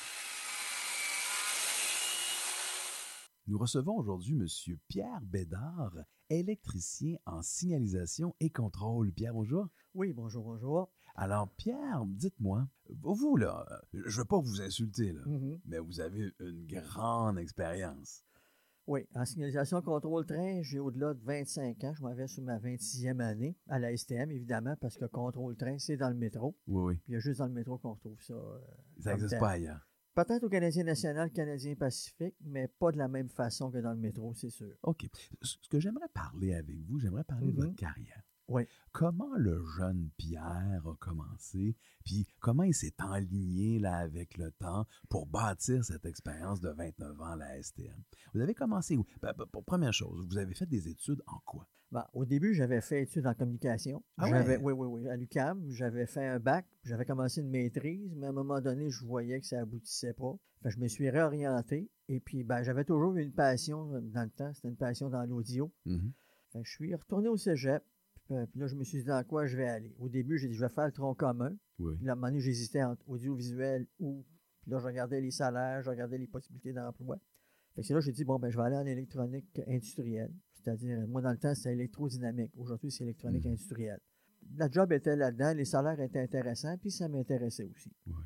Nous recevons aujourd'hui M. Pierre Bédard, électricien en signalisation et contrôle. Pierre, bonjour. Oui, bonjour, bonjour. Alors, Pierre, dites-moi, vous, là, je ne veux pas vous insulter, là, mm-hmm. mais vous avez une grande expérience. Oui, en signalisation contrôle train, j'ai au-delà de vingt-cinq ans. Je m'en vais sur ma vingt-sixième année à la S T M, évidemment, parce que contrôle train, c'est dans le métro. Oui, oui. Puis il y a juste dans le métro qu'on retrouve ça. Euh, ça n'existe pas ailleurs. Peut-être au Canadien national, Canadien Pacifique, mais pas de la même façon que dans le métro, c'est sûr. OK. Ce que j'aimerais parler avec vous, j'aimerais parler mm-hmm. de votre carrière. Oui. Comment le jeune Pierre a commencé, puis comment il s'est enligné là, avec le temps pour bâtir cette expérience de vingt-neuf ans à la S T M? Vous avez commencé où? Ben, pour première chose, vous avez fait des études en quoi? Ben, au début, j'avais fait études en communication. Ah j'avais, ouais? Oui, oui, oui. À l'U Q A M, j'avais fait un bac, j'avais commencé une maîtrise, mais à un moment donné, je voyais que ça aboutissait pas. Fait que je me suis réorienté, et puis ben, j'avais toujours eu une passion dans le temps, c'était une passion dans l'audio. Mm-hmm. Fait que je suis retourné au cégep. Puis là, je me suis dit dans quoi je vais aller. Au début, j'ai dit je vais faire le tronc commun. Oui. Puis là, à un moment donné, j'hésitais entre audiovisuel ou. Puis là, je regardais les salaires, je regardais les possibilités d'emploi. Fait que c'est là que j'ai dit bon, ben je vais aller en électronique industrielle. C'est-à-dire, moi, dans le temps, c'était électrodynamique. Aujourd'hui, c'est électronique mmh. industrielle. La job était là-dedans, les salaires étaient intéressants, puis ça m'intéressait aussi. Oui.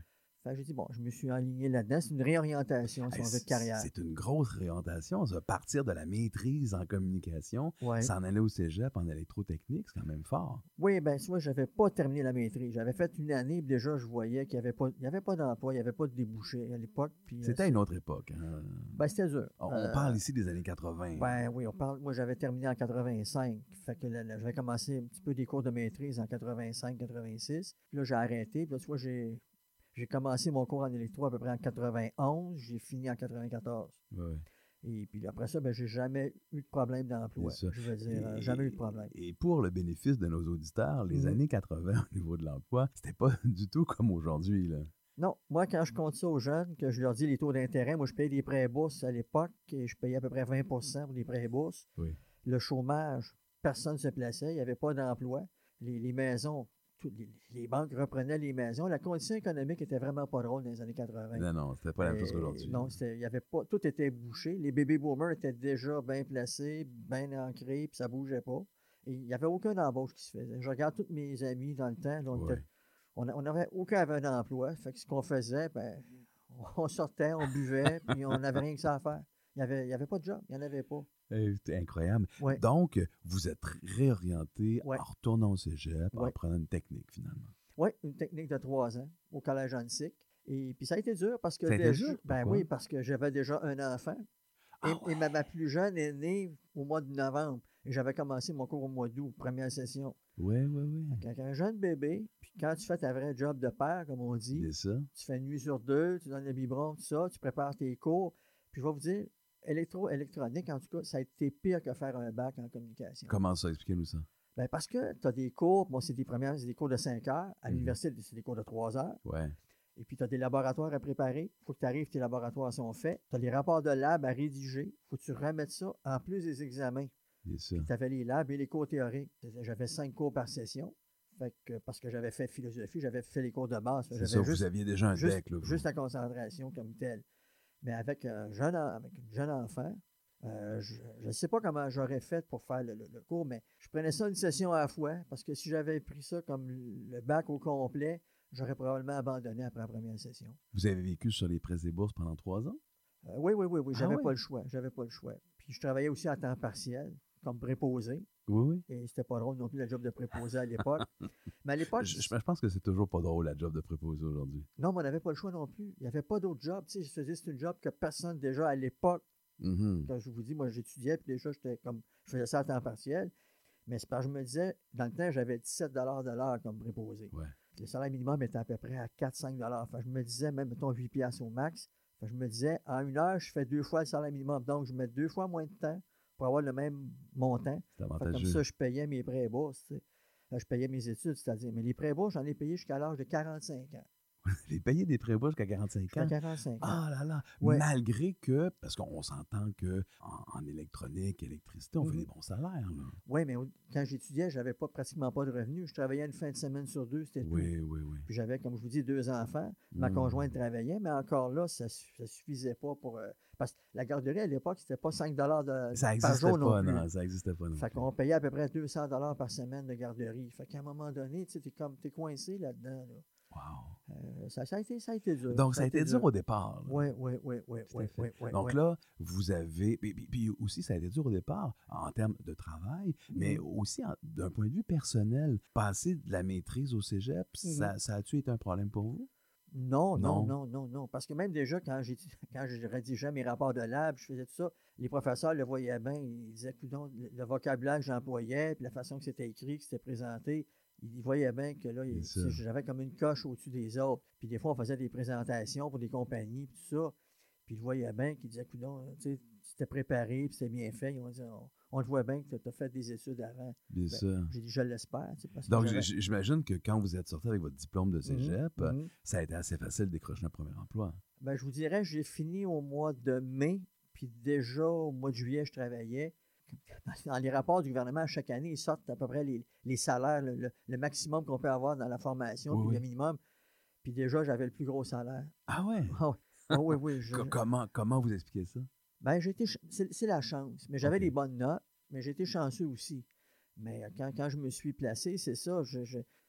Fait que j'ai dit, bon, je me suis aligné là-dedans. C'est une réorientation, si Hey, on veut, de c'est- carrière. C'est une grosse réorientation, ça. Partir de la maîtrise en communication, Ouais. s'en aller au cégep en électrotechnique, c'est quand même fort. Oui, bien, tu vois, je n'avais pas terminé la maîtrise. J'avais fait une année, puis déjà, je voyais qu'il n'y avait pas, il y avait pas d'emploi, il n'y avait pas de débouché à l'époque. puis, euh, C'était c'est- une autre époque. Hein? Ben, c'était dur. On, on Euh, parle ici des années quatre-vingts. Ben oui, on parle. Moi, j'avais terminé en quatre-vingt-cinq. Fait que là, là, j'avais commencé un petit peu des cours de maîtrise en quatre-vingt-cinq quatre-vingt-six. Puis là, j'ai arrêté. Puis là, tu vois, j'ai, j'ai commencé mon cours en électro à peu près en quatre-vingt-onze. J'ai fini en quatre-vingt-quatorze. Ouais, ouais. Et puis après ça, ben, j'ai jamais eu de problème d'emploi. C'est ça. Je veux dire, euh, Et- jamais eu de problème. Et pour le bénéfice de nos auditeurs, les Mhm. années quatre-vingts au niveau de l'emploi, c'était pas du tout comme aujourd'hui, là. Non, moi, quand je compte ça aux jeunes, que je leur dis les taux d'intérêt, moi, je payais des prêts bourses à l'époque et je payais à peu près vingt pour cent pour les prêts bourses. Oui. Le chômage, personne ne se plaçait, il n'y avait pas d'emploi. Les, les maisons, tout- les, les banques reprenaient les maisons. La condition économique était vraiment pas drôle dans les années quatre-vingt. Non, non, c'était pas la même chose Et- qu'aujourd'hui. Non, c'était- il y avait pas, tout était bouché. Les baby boomers étaient déjà bien placés, bien ancrés, puis ça bougeait pas. Et il n'y avait aucune embauche qui se faisait. Je regarde tous mes amis dans le temps, là, on Ouais. était- on n'avait aucun avait un emploi. Fait que ce qu'on faisait, ben, on sortait, on buvait, puis on n'avait rien que ça à faire. Il n'y avait, il y avait pas de job, il n'y en avait pas. Eh, C'était incroyable. Ouais. Donc, vous êtes réorienté Ouais. en retournant au cégep, en Ouais. prenant une technique, finalement. Oui, une technique de trois ans au collège Annecy. Et puis ça a été dur parce que Ça a été déjà- dur? ben Pourquoi? oui, parce que j'avais déjà un enfant. Et, Ah et ma, ma plus jeune est née au mois de novembre. Et j'avais commencé mon cours au mois d'août, première session. Oui, oui, oui. Avec un jeune bébé, puis quand tu fais ta vraie job de père, comme on dit, C'est ça. tu fais une nuit sur deux, tu donnes le biberon, tout ça, tu prépares tes cours. Puis je vais vous dire, électro-électronique, en tout cas, ça a été pire que faire un bac en communication. Comment ça? Expliquez-nous ça. Ben parce que tu as des cours, moi c'est des premières, c'est des cours de cinq heures. À Mhm. l'université, c'est des cours de trois heures. Ouais. Et puis, tu as des laboratoires à préparer. Il faut que tu arrives, tes laboratoires sont faits. Tu as les rapports de lab à rédiger. Il faut que tu remettes ça en plus des examens. C'est ça. Tu avais les labs et les cours théoriques. J'avais cinq cours par session. Fait que, parce que j'avais fait philosophie, j'avais fait les cours de base. C'est J'avais ça, juste- vous aviez déjà un juste, deck, là, vous. Juste la concentration comme telle. Mais avec un jeune, en- avec un jeune enfant, euh, je ne sais pas comment j'aurais fait pour faire le, le- le cours, mais je prenais ça une session à la fois, parce que si j'avais pris ça comme le bac au complet, j'aurais probablement abandonné après la première session. Vous avez vécu sur les prêts et bourses pendant trois ans? Euh, oui, oui, oui, oui, Ah j'avais ouais? pas le choix. J'avais pas le choix. Puis je travaillais aussi à temps partiel, comme préposé. Oui, oui. Et c'était pas drôle non plus la job de préposé à l'époque. Mais à l'époque, Je, je pense que c'est toujours pas drôle, la job de préposé aujourd'hui. non, mais on n'avait pas le choix non plus. Il n'y avait pas d'autre job. Tu sais, je faisais c'est une job que personne déjà à l'époque, Mhm. quand je vous dis, moi j'étudiais, puis déjà j'étais comme je faisais ça à temps partiel. Mais c'est parce que je me disais, dans le temps, j'avais dix-sept dollars de l'heure comme préposé. Ouais. Le salaire minimum était à peu près à quatre à cinq dollars. Fait que je me disais, même mettons huit piastres au max. Fait que je me disais, en une heure, je fais deux fois le salaire minimum. Donc, je mets deux fois moins de temps pour avoir le même montant. C'est Fait que comme avantageux. ça, je payais mes prêts bourses. tu sais. Là, je payais mes études, c'est-à-dire. Mais les prêts bourses, j'en ai payé jusqu'à l'âge de quarante-cinq ans. Les payer des prêts bourses jusqu'à quarante-cinq Jusqu'à ans. quarante-cinq ans. Ah là là. Ouais. Malgré que, parce qu'on s'entend que en, en électronique, électricité, on fait Mhm. des bons salaires. Là. Oui, mais au- quand j'étudiais, j'avais pas pratiquement pas de revenus. Je travaillais une fin de semaine sur deux, c'était tout. Oui, oui, oui. Puis j'avais, comme je vous dis, deux enfants. Ma Mm. conjointe travaillait, mais encore là, ça ne suffisait pas pour. euh, parce que la garderie, à l'époque, c'était pas cinq dollars de, Ça par n'existait jour non pas, plus. non. Ça n'existait pas non Fait plus. qu'on payait à peu près deux cents dollars par semaine de garderie. Fait qu'à un moment donné, tu sais, t'es comme, t'es coincé là-dedans. Là. Wow. Euh, ça, ça, a été, ça a été dur. Donc, ça a été dur au départ. là. Oui, oui, oui, oui, Tout à oui, fait. oui, oui. Donc oui. là, vous avez. Puis, puis- puis aussi, ça a été dur au départ en termes de travail, mais Mhm. aussi en- d'un point de vue personnel. Passer de la maîtrise au cégep, ça, Mhm. ça a-tu été un problème pour vous? Non, non, Non. non, non, non. Parce que même déjà, quand j'ai quand je rédigeais mes rapports de lab, je faisais tout ça, les professeurs le voyaient bien. Ils disaient, coudonc, le, le vocabulaire que j'employais, puis la façon que c'était écrit, que c'était présenté, ils voyaient bien que là, il- C'est ça. j'avais comme une coche au-dessus des autres. Puis des fois, on faisait des présentations pour des compagnies, puis tout ça. Puis ils voyaient bien qu'ils disaient, coudonc, tu sais, c'était préparé, puis c'était bien fait. Ils ont dit, on, on le voit bien que tu as fait des études avant. Bien Ben, sûr. J'ai dit, je l'espère. tu sais, parce que Donc, j'avais- j- j'imagine que quand vous êtes sorti avec votre diplôme de cégep, Mhm, mhm. ça a été assez facile de décrocher un premier emploi. Ben, je vous dirais, j'ai fini au mois de mai, puis déjà au mois de juillet, je travaillais. Dans les rapports du gouvernement, chaque année, ils sortent à peu près les, les salaires, le, le- le maximum qu'on peut avoir dans la formation, Oui, puis oui. le minimum. Puis déjà, j'avais le plus gros salaire. Ah ouais? Ah ouais. Ah oui, oui. je- Co- comment, comment vous expliquez ça? ben, j'ai été ch- c'est c'est la chance. Mais j'avais Ok. des bonnes notes, mais j'ai été chanceux aussi. Mais euh, quand, quand je me suis placé, c'est ça, je, je-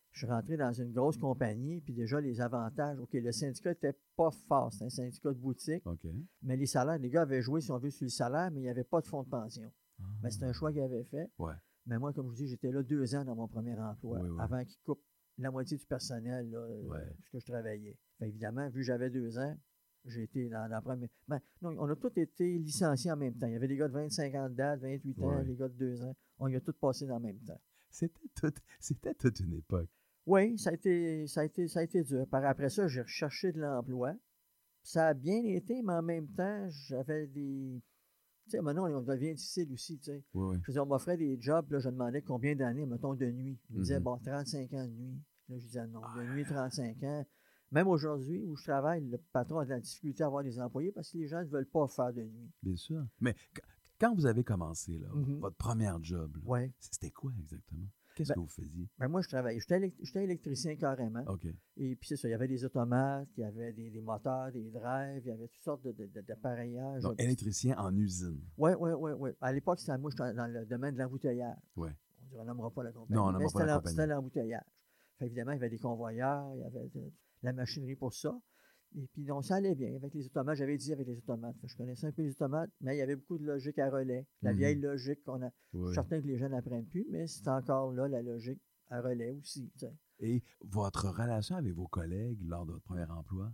Je suis rentré dans une grosse compagnie, puis déjà, les avantages, OK, le syndicat n'était pas fort, c'était un syndicat de boutique, OK. mais les salaires, les gars avaient joué, si on veut, sur le salaire, mais il n'y avait pas de fonds de pension. Ah. Mais c'était un choix qu'ils avaient fait. Ouais. Mais moi, comme je vous dis, j'étais là deux ans dans mon premier emploi, Oui, oui. avant qu'ils coupent la moitié du personnel, là, Ouais. euh, puisque je travaillais. Fait, évidemment, vu que j'avais deux ans, j'ai été dans, dans la première... Ben, non, on a tous été licenciés en même temps. Il y avait des gars de vingt-cinq ans de date, vingt-huit ans, Ouais. des gars de deux ans. On y a tous passé dans le même temps. C'était toute, c'était toute une époque. Oui, ça a été, ça a été, ça a été dur. Par après ça, j'ai recherché de l'emploi. Ça a bien été, mais en même temps, j'avais des... Tu sais, maintenant, on devient difficile aussi, tu sais. Oui, oui. Je faisais, on m'offrait des jobs, là, je demandais combien d'années, mettons, de nuit. Ils me disaient, Mhm. bon, trente-cinq ans de nuit. Là, je disais, non, de nuit, trente-cinq ans. Même aujourd'hui, où je travaille, le patron a de la difficulté à avoir des employés parce que les gens ne veulent pas faire de nuit. Bien sûr. Mais qu- quand vous avez commencé, là, Mhm. votre première job, là, Ouais. c'était quoi exactement? Qu'est-ce Ben, que vous faisiez? Ben moi, je travaillais. J'étais élect- j'étais électricien carrément. OK. Et puis, c'est ça. Il y avait des automates, il y avait des, des moteurs, des drives, il y avait toutes sortes de, de, de- d'appareillages. Donc, électricien en usine. Oui, oui, oui, oui. À l'époque, c'était moi, j'étais dans le domaine de l'embouteillage. Ouais. On ne nommera pas la compagnie. Non, on mais nommera pas c'était la l'em- compagnie. C'était l'embouteillage. Fait, évidemment, il y avait des convoyeurs, il y avait de, de la machinerie pour ça. Et puis, donc, ça allait bien avec les automates. J'avais dit avec les automates. Fait, je connaissais un peu les automates, mais il y avait beaucoup de logique à relais. La Mhm. vieille logique qu'on a. Je Oui. suis certain que les jeunes n'apprennent plus, mais c'est encore là la logique à relais aussi. Tu sais. Et votre relation avec vos collègues lors de votre premier emploi?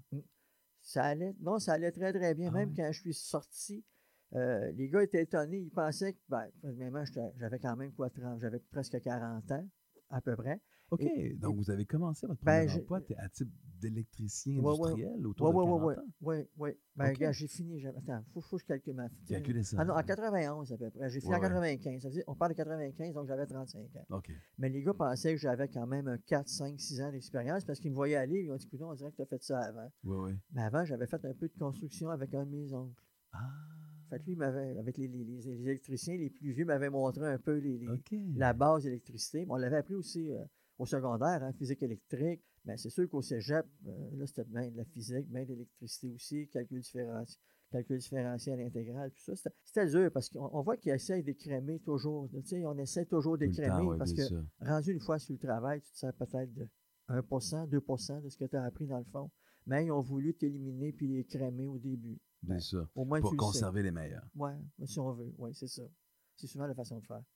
Ça allait, non, ça allait très, très bien. Ah Même ouais? quand je suis sorti, euh, les gars étaient étonnés. Ils pensaient que, ben, premièrement, j'étais- j'avais quand même quoi, trente, j'avais presque quarante ans, à peu près. OK. Et- Donc, et- vous avez commencé votre Ben, premier j'ai- emploi t'es à type d'électricien Ouais, ouais. industriel autour Ouais, de ouais, quarante ouais, ans? Oui, oui. Ben, OK. regarde, j'ai fini. j'avais- Attends, il faut, faut que je calcule ma Calculez ça. Ah non, en quatre-vingt-onze à peu près. J'ai fini Ouais, en ouais. quatre-vingt-quinze. Ça veut dire, on parle de quatre-vingt-quinze, donc j'avais trente-cinq ans. OK. Mais les gars pensaient que j'avais quand même un quatre, cinq, six ans d'expérience parce qu'ils me voyaient aller. Ils ont dit, écoute, on dirait que tu as fait ça avant. Oui, oui. Mais avant, j'avais fait un peu de construction avec un de mes oncles. Ah. Fait que lui, il m'avait, avec les, les- les- les électriciens les plus vieux, m'avait montré un peu les, les- OK. la base d'électricité. Mais on l'avait appris aussi euh, au secondaire, hein, physique électrique. Mais c'est sûr qu'au cégep, euh, là, c'était bien de la physique, bien d'électricité aussi, calcul différentiel, calcul différentiel intégral, tout ça. C'était, c'était dur parce qu'on on voit qu'ils essayent d'écrémer toujours. Tu sais, on essaie toujours Tout le d'écrémer temps, ouais, parce bien que sûr. rendu une fois sur le travail, tu te sers peut-être de un pour cent, deux pour cent de ce que tu as appris dans le fond. Mais ils ont voulu t'éliminer puis les crémer au début. Bien Ben, sûr. Au moins, Pour tu le sais. conserver les meilleurs. Oui, si on veut. Oui, c'est ça. C'est souvent la façon de faire.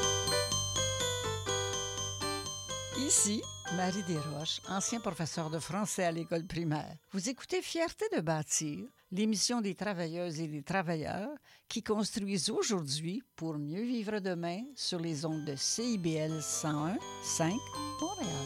Ici, Marie Desroches, ancien professeur de français à l'école primaire. Vous écoutez Fierté de bâtir, l'émission des travailleuses et des travailleurs qui construisent aujourd'hui pour mieux vivre demain sur les ondes de C I B L cent un virgule cinq Montréal.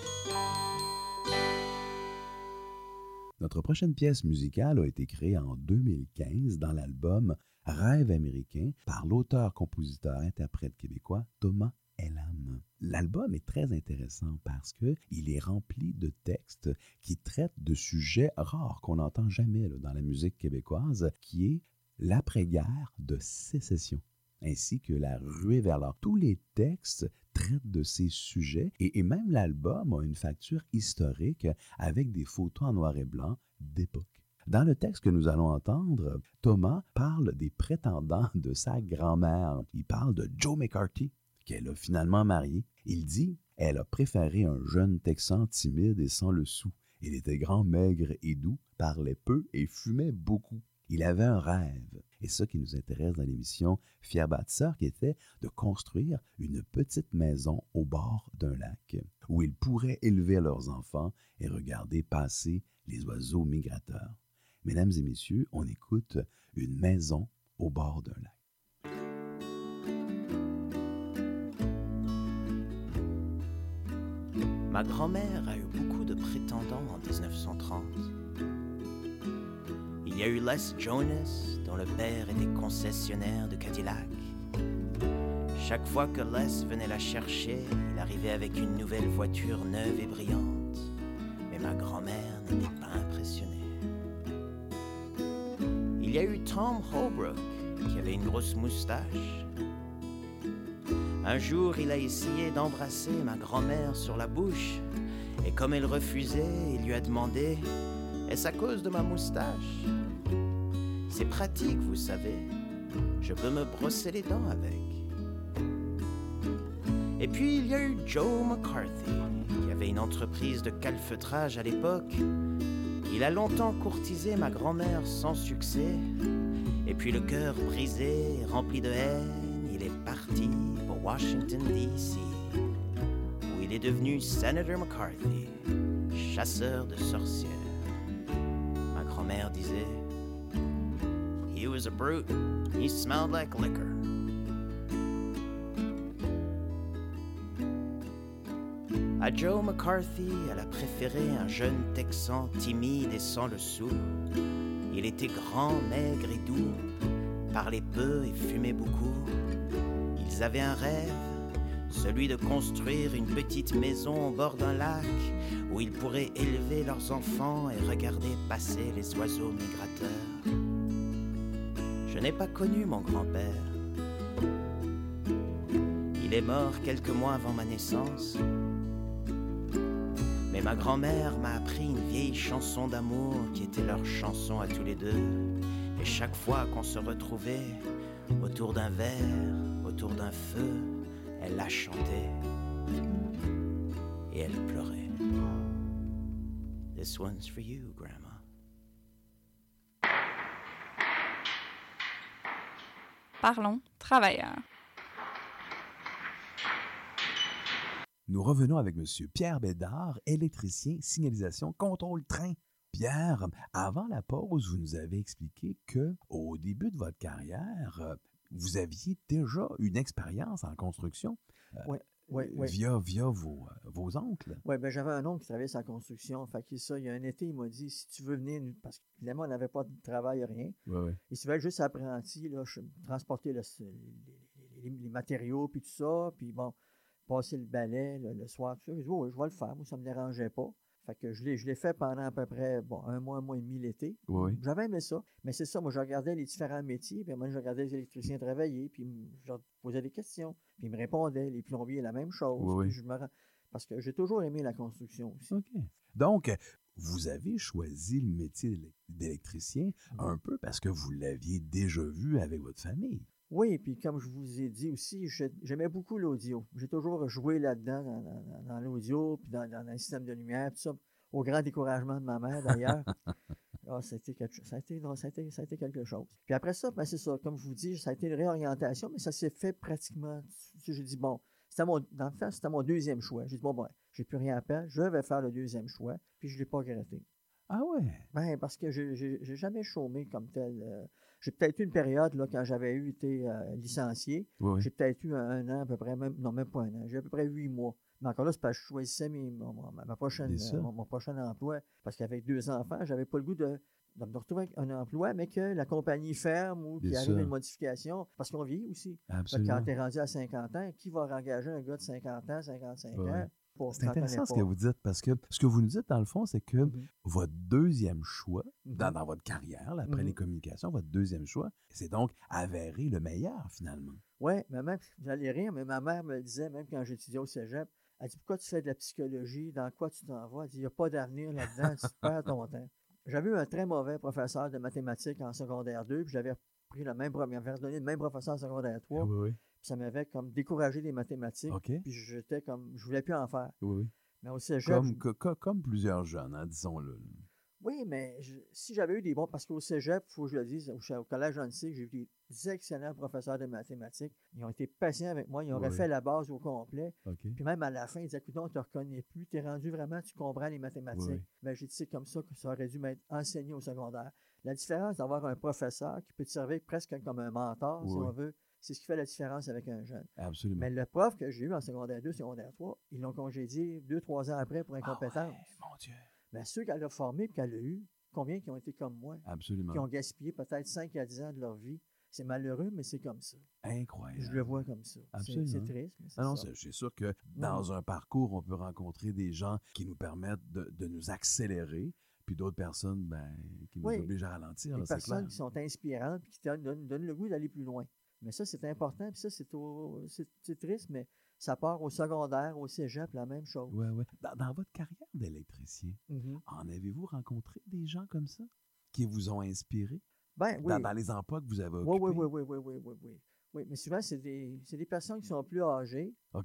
Notre prochaine pièce musicale a été créée en deux mille quinze dans l'album Rêve américain par l'auteur-compositeur-interprète québécois Thomas Elam. L'album est très intéressant parce qu'il est rempli de textes qui traitent de sujets rares qu'on n'entend jamais là, dans la musique québécoise, qui est l'après-guerre de sécession, ainsi que la ruée vers l'or. Tous les textes traitent de ces sujets et, et même l'album a une facture historique avec des photos en noir et blanc d'époque. Dans le texte que nous allons entendre, Thomas parle des prétendants de sa grand-mère. Il parle de Joe McCarthy, qu'elle a finalement marié. Il dit « Elle a préféré un jeune Texan timide et sans le sou. Il était grand, maigre et doux, parlait peu et fumait beaucoup. Il avait un rêve. » Et ça qui nous intéresse dans l'émission Fier bâtisseur, qui était de construire une petite maison au bord d'un lac où ils pourraient élever leurs enfants et regarder passer les oiseaux migrateurs. Mesdames et messieurs, on écoute Une maison au bord d'un lac. Ma grand-mère a eu beaucoup de prétendants en dix-neuf cent trente. Il y a eu Les Jonas, dont le père était concessionnaire de Cadillac. Chaque fois que Les venait la chercher, il arrivait avec une nouvelle voiture neuve et brillante. Mais ma grand-mère n'était pas impressionnée. Il y a eu Tom Holbrook, qui avait une grosse moustache. Un jour, il a essayé d'embrasser ma grand-mère sur la bouche, et comme elle refusait, il lui a demandé « Est-ce à cause de ma moustache? C'est pratique, vous savez. Je peux me brosser les dents avec. » Et puis, il y a eu Joe McCarthy, qui avait avait une entreprise de calfeutrage à l'époque. Il a longtemps courtisé ma grand-mère sans succès. Et puis le cœur brisé, rempli de haine, il est parti pour Washington, D C, où il est devenu Senator McCarthy, chasseur de sorcières. Ma grand-mère disait, he was a brute, he smelled like liquor. À Joe McCarthy, elle a préféré un jeune Texan timide et sans le sou. Il était grand, maigre et doux, parlait peu et fumait beaucoup. Ils avaient un rêve, celui de construire une petite maison au bord d'un lac où ils pourraient élever leurs enfants et regarder passer les oiseaux migrateurs. Je n'ai pas connu mon grand-père. Il est mort quelques mois avant ma naissance. Mais ma grand-mère m'a appris une vieille chanson d'amour qui était leur chanson à tous les deux. Et chaque fois qu'on se retrouvait autour d'un verre, autour d'un feu, elle la chantait. Et elle pleurait. This one's for you, Grandma. Parlons travailleurs. Nous revenons avec M. Pierre Bédard, électricien, signalisation, contrôle train. Pierre, avant la pause, vous nous avez expliqué que au début de votre carrière, vous aviez déjà une expérience en construction euh, oui, oui, oui. via, via vos, vos oncles. Oui, bien j'avais un oncle qui travaillait sur la construction. Fait que ça, il y a un été, il m'a dit, si tu veux venir, parce qu'évidemment, on n'avait pas de travail, rien. Oui, oui. Et si tu veux être juste apprenti, là, je transportais le, les, les, les matériaux, puis tout ça, puis bon, passer le balai le, le soir, tout ça. J'ai dit, oui, je vais le faire. Moi, ça ne me dérangeait pas. Fait que je l'ai, je l'ai fait pendant à peu près bon, un mois, un mois et demi l'été. Oui. J'avais aimé ça. Mais c'est ça, moi, je regardais les différents métiers, puis moi, je regardais les électriciens travailler, puis je leur posais des questions, puis ils me répondaient. Les plombiers, la même chose. Oui. Puis je me... Parce que j'ai toujours aimé la construction aussi. OK. Donc, vous avez choisi le métier d'électricien mmh. un peu parce que vous l'aviez déjà vu avec votre famille. Oui, puis comme je vous ai dit aussi, j'aimais beaucoup l'audio. J'ai toujours joué là-dedans, dans, dans, dans l'audio, puis dans, dans, dans le système de lumière, tout ça, au grand découragement de ma mère, d'ailleurs. Ah, ça, a été quelque, ça, a été, non, ça, a été, ça a été quelque chose. Puis après ça, ben c'est ça, comme je vous dis, ça a été une réorientation, mais ça s'est fait pratiquement, j'ai dit, bon, c'était mon, dans le fond, c'était mon deuxième choix. J'ai dit, bon, ben, j'ai plus rien à perdre, je vais faire le deuxième choix, puis je ne l'ai pas regretté. Ah ouais? Ben, parce que je n'ai jamais chômé comme tel. Euh, j'ai peut-être eu une période, là, quand j'avais eu été euh, licencié, oui, oui. J'ai peut-être eu un, un an à peu près, même, non, même pas un an, j'ai eu à peu près huit mois. Mais encore là, c'est parce que je choisissais mes, mon, ma prochaine, euh, mon, mon prochain emploi, parce qu'avec deux enfants, j'avais pas le goût de, de me retrouver avec un emploi, mais que la compagnie ferme ou qu'il arrive une modification, parce qu'on vieillit aussi. Absolument. Quand tu es rendu à cinquante ans, qui va engager un gars de cinquante ans, cinquante-cinq oui. ans? C'est intéressant ce que vous dites, parce que ce que vous nous dites, dans le fond, c'est que mm-hmm. votre deuxième choix, mm-hmm. dans, dans votre carrière, là, après mm-hmm. les communications, votre deuxième choix, c'est donc avéré le meilleur, finalement. Oui, mais même, vous allez rire, mais ma mère me le disait, même quand j'étudiais au cégep, elle dit, pourquoi tu fais de la psychologie, dans quoi tu t'en vas? Elle dit, il n'y a pas d'avenir là-dedans, tu te perds ton temps. J'avais eu un très mauvais professeur de mathématiques en secondaire deux, puis j'avais pris le même, j'avais donné le même professeur en secondaire trois. Oui, oui. Ça m'avait comme découragé des mathématiques. Okay. Puis j'étais comme, je voulais plus en faire. Oui, oui. Mais au cégep, comme, je... comme, comme plusieurs jeunes, hein, disons-le. Oui, mais je, si j'avais eu des bons, parce qu'au cégep, il faut que je le dise, au, au collège Annecy, j'ai eu des excellents professeurs de mathématiques. Ils ont été patients avec moi, ils ont oui. refait la base au complet. Okay. Puis même à la fin, ils disaient, écoute, on ne te reconnaît plus, tu es rendu vraiment, tu comprends les mathématiques. Oui. Mais j'ai dit, c'est comme ça que ça aurait dû m'être enseigné au secondaire. La différence d'avoir un professeur qui peut te servir presque comme un mentor, oui. si on veut, c'est ce qui fait la différence avec un jeune. Absolument. Mais le prof que j'ai eu en secondaire deux, secondaire trois, ils l'ont congédié deux, trois ans après pour incompétence. Ah ouais, mon Dieu. Mais ceux qu'elle a formés et qu'elle a eu, combien qui ont été comme moi? Absolument. Qui ont gaspillé peut-être cinq à dix ans de leur vie. C'est malheureux, mais c'est comme ça. Incroyable. Je le vois comme ça. Absolument. C'est, c'est triste, mais c'est ah non, ça. C'est, c'est sûr que dans oui. un parcours, on peut rencontrer des gens qui nous permettent de, de nous accélérer, puis d'autres personnes ben, qui nous oui. obligent à ralentir. Des là, personnes c'est clair. qui sont inspirantes et qui te donnent, donnent le goût d'aller plus loin. Mais ça, c'est important. Puis ça, c'est, au, c'est, c'est triste, mais ça part au secondaire, au cégep, la même chose. Oui, oui. Dans, dans votre carrière d'électricien, mm-hmm. en avez-vous rencontré des gens comme ça qui vous ont inspiré? Ben oui. Dans, dans les emplois que vous avez oui, occupés? Oui, oui, oui, oui, oui, oui, oui. Oui, mais souvent, c'est des, c'est des personnes qui sont plus âgées. OK.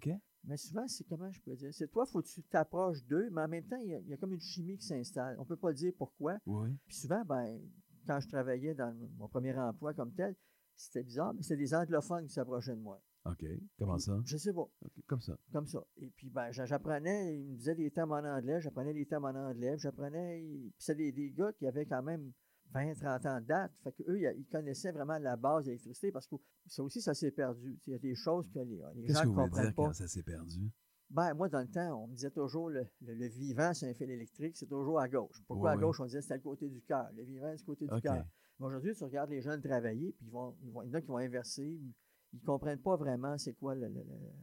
Mais souvent, c'est comment je peux dire? C'est toi, il faut que tu t'approches d'eux, mais en même temps, il y, a, il y a comme une chimie qui s'installe. On ne peut pas dire pourquoi. Oui. Puis souvent, ben, quand je travaillais dans mon premier emploi comme tel, c'était bizarre, mais c'était des anglophones qui s'approchaient de moi. OK. Comment ça? Je sais pas. Okay. Comme ça. Comme ça. Et puis, ben, j'apprenais, ils me disaient des termes en anglais, j'apprenais des termes en anglais, j'apprenais. Puis, c'était des, des gars qui avaient quand même vingt, trente ans de date. Fait qu'eux, ils connaissaient vraiment la base de l'électricité parce que ça aussi, ça s'est perdu. Il y a des choses que les, les gens ne comprennent pas. Qu'est-ce que vous voulez dire quand ça s'est perdu? Ben, moi, dans le temps, on me disait toujours le, le, le vivant, c'est un fil électrique, c'est toujours à gauche. Pourquoi oui, à gauche? Oui. On disait c'était le côté du cœur. Le vivant, c'est le côté du okay. cœur. Mais aujourd'hui, tu regardes les jeunes travailler, puis ils vont, ils vont, il y en a qui vont inverser. Ils ne comprennent pas vraiment c'est quoi le, le,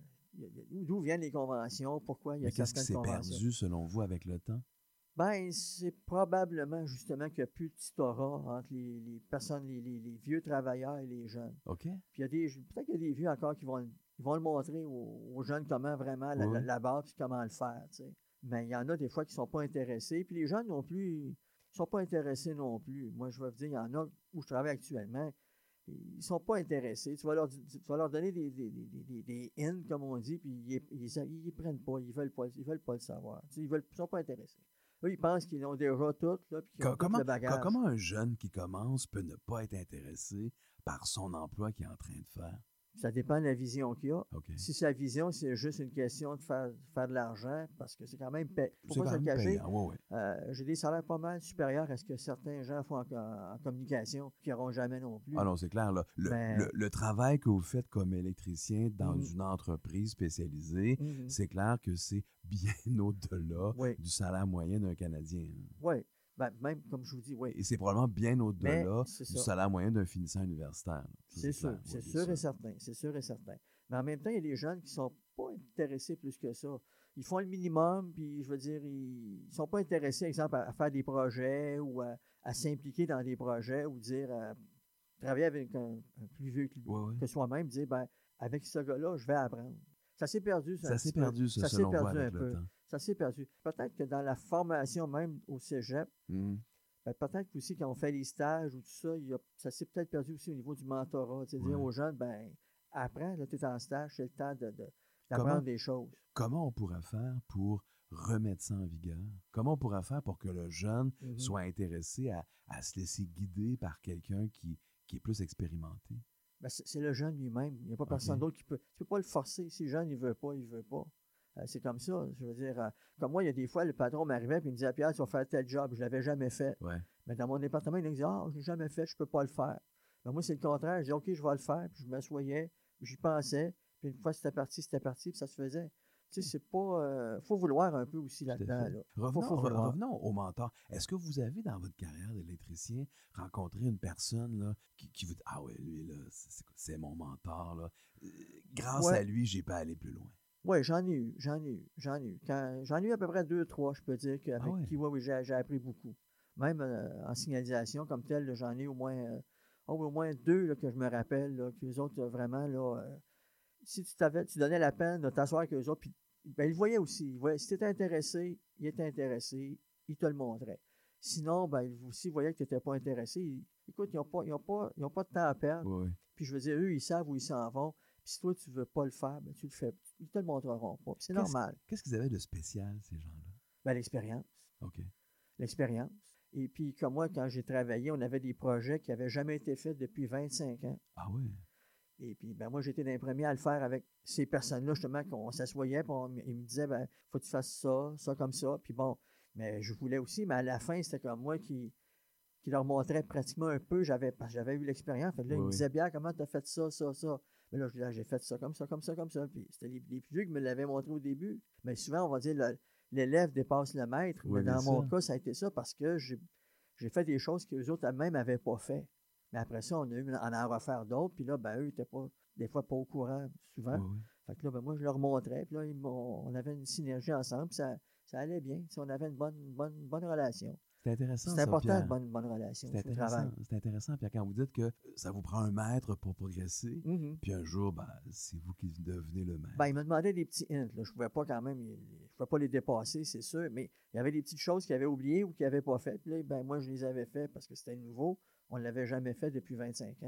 le d'où viennent les conventions, pourquoi il y a Mais certaines qu'est-ce qui s'est perdu, selon vous, avec le temps? Ben, c'est probablement justement qu'il n'y a plus de petit aura entre les, les personnes, les, les, les vieux travailleurs et les jeunes. OK. Puis il y a des, peut-être qu'il y a des vieux encore qui vont, ils vont le montrer aux, aux jeunes comment vraiment la, oui. la, la base puis comment le faire, tu sais. Mais il y en a des fois qui ne sont pas intéressés. Puis les jeunes non plus, ils ne sont pas intéressés non plus. Moi, je vais vous dire, il y en a où je travaille actuellement, ils ne sont pas intéressés. Tu vas leur, tu vas leur donner des, des, des, des, des in, comme on dit, puis ils ne prennent pas, ils ne veulent pas, ils veulent pas le savoir. Tu sais, ils ne sont pas intéressés. Eux, ils pensent qu'ils ont déjà tout, là, puis qu'ils ont comment, tout le bagage. Comment un jeune qui commence peut ne pas être intéressé par son emploi qu'il est en train de faire? Ça dépend de la vision qu'il a. Okay. Si sa vision, c'est juste une question de faire, faire de l'argent, parce que c'est quand même payant. C'est quand même payant, ouais, ouais. Euh, j'ai des salaires pas mal supérieurs à ce que certains gens font en, en, en communication, qui n'auront jamais non plus. Ah non, c'est clair. Là. Le, ben, le, le travail que vous faites comme électricien dans mm-hmm. une entreprise spécialisée, mm-hmm. c'est clair que c'est bien au-delà oui. du salaire moyen d'un Canadien. Oui. Ben, même, comme je vous dis, oui. Et c'est probablement bien au-delà du ça. salaire moyen d'un finissant universitaire. C'est sûr, c'est oui, sûr et certain, c'est sûr et certain. Mais en même temps, il y a des jeunes qui ne sont pas intéressés plus que ça. Ils font le minimum, puis je veux dire, ils ne sont pas intéressés, exemple, à, à faire des projets ou à, à s'impliquer dans des projets ou dire, à travailler avec un, un plus vieux que, oui, oui. que soi-même, dire, ben, avec ce gars-là, je vais apprendre. Ça s'est perdu, ça. Ça s'est perdu, ça, ça selon s'est perdu vous, avec un le peu. temps. Ça s'est perdu. Peut-être que dans la formation même au cégep, mm. ben, peut-être aussi quand on fait les stages ou tout ça, il y a, ça s'est peut-être perdu aussi au niveau du mentorat. C'est-à-dire ouais. aux jeunes, ben, apprends, là, tu es en stage, c'est le temps de, de, d'apprendre comment, des choses. Comment on pourrait faire pour remettre ça en vigueur? Comment on pourrait faire pour que le jeune mm-hmm. soit intéressé à, à se laisser guider par quelqu'un qui, qui est plus expérimenté? Ben, c'est, c'est le jeune lui-même. Il n'y a pas personne okay. d'autre qui peut. Tu ne peux pas le forcer. Si le jeune, il ne veut pas, il ne veut pas. Euh, c'est comme ça. Je veux dire, euh, comme moi, il y a des fois, le patron m'arrivait et il me disait, Pierre, tu vas faire tel job. Je ne l'avais jamais fait. Ouais. Mais dans mon département, il me disait, ah, je ne l'ai jamais fait, je ne peux pas le faire. Mais moi, c'est le contraire. Je dis, OK, je vais le faire. Puis je m'assoyais, puis j'y pensais. Puis une fois, c'était parti, c'était parti, puis ça se faisait. Tu sais, c'est pas. Il euh, faut vouloir un peu aussi là-dedans. Là. Revenons, faut, faut revenons au mentor. Est-ce que vous avez, dans votre carrière d'électricien, rencontré une personne là, qui, qui vous dit, ah ouais, lui, là, c'est, c'est mon mentor. Là. Grâce ouais. à lui, j'ai pas allé plus loin. Oui, j'en ai eu, j'en ai eu, j'en ai eu. Quand, j'en ai eu à peu près deux, trois, je peux dire, qu'avec ah ouais. qui, oui, oui, j'ai, j'ai appris beaucoup. Même euh, en signalisation comme tel, là, j'en ai eu au moins, euh, oh, au moins deux là, que je me rappelle, là, que les autres, là, vraiment, là, euh, si tu, t'avais, tu donnais la peine de t'asseoir avec eux autres, puis ben, ils le voyaient aussi. Ils voyaient, si tu étais intéressé, il était intéressé, il te le montrait. Sinon, ben, ils aussi voyaient que tu n'étais pas intéressé. Ils, écoute, ils n'ont pas, ils ont pas, ils ont pas de temps à perdre. Oui. Puis je veux dire, eux, ils savent où ils s'en vont. Puis si toi, tu ne veux pas le faire, ben, tu le fais. Ils te le montreront pas. Puis c'est qu'est-ce, normal. Qu'est-ce qu'ils avaient de spécial, ces gens-là? Ben, l'expérience. OK. L'expérience. Et puis, comme moi, quand j'ai travaillé, on avait des projets qui n'avaient jamais été faits depuis vingt-cinq ans. Ah oui? Et puis, ben moi, j'étais d'un premier à le faire avec ces personnes-là, justement, qu'on s'assoyait, puis on, ils me disaient, ben, faut que tu fasses ça, ça comme ça. Puis bon, mais je voulais aussi, mais à la fin, c'était comme moi qui, qui leur montrait pratiquement un peu, j'avais, parce que j'avais eu l'expérience. Fait que là, oui, ils me disaient, bien, comment tu as fait ça, ça, ça? Mais là, je disais, j'ai fait ça comme ça, comme ça, comme ça. Puis c'était les, les plus vieux qui me l'avaient montré au début. Mais souvent, on va dire, le, l'élève dépasse le maître. Oui, mais dans mon ça. cas, ça a été ça parce que j'ai, j'ai fait des choses que les autres eux-mêmes n'avaient pas fait. Mais après ça, on a eu à en refaire d'autres. Puis là, ben, eux n'étaient pas, des fois, pas au courant, souvent. Oui, oui. Fait que là, ben, moi, je leur montrais. Puis là, ils on avait une synergie ensemble. Puis ça, ça allait bien. T'sais, on avait une bonne, bonne, bonne relation. C'est intéressant. C'est ça, important, Pierre. une bonne, bonne relation. C'est intéressant, c'est intéressant, Pierre, quand vous dites que ça vous prend un maître pour progresser, mm-hmm. puis un jour, ben, c'est vous qui devenez le maître. Ben, il me demandait des petits hints. Là. Je ne pouvais pas quand même, je pouvais pas les dépasser, c'est sûr, mais il y avait des petites choses qu'il avait oubliées ou qu'il n'avait pas faites. Puis là, ben, moi, je les avais faites parce que c'était nouveau. On ne l'avait jamais fait depuis vingt-cinq ans.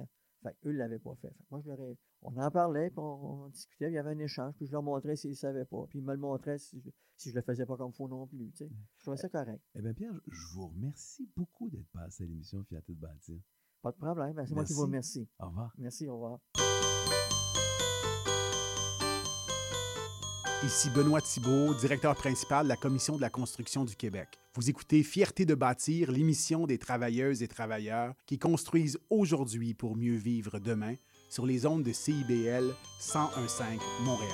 Fait qu'eux ne l'avaient pas fait. Fait que moi, je leur ai, on en parlait, puis on, on discutait, puis il y avait un échange, puis je leur montrais s'ils ne savaient pas. Puis ils me le montraient si je si je le faisais pas comme il faut non plus. Tu sais. Je trouvais ça correct. Eh bien, Pierre, je vous remercie beaucoup d'être passé à l'émission Fierté de bâtir. Pas de problème. Ben, c'est moi qui vous remercie. Au revoir. Merci, au revoir. Ici Benoît Thibault, directeur principal de la Commission de la construction du Québec. Vous écoutez Fierté de bâtir, l'émission des travailleuses et travailleurs qui construisent aujourd'hui pour mieux vivre demain sur les ondes de C I B L cent un virgule cinq Montréal.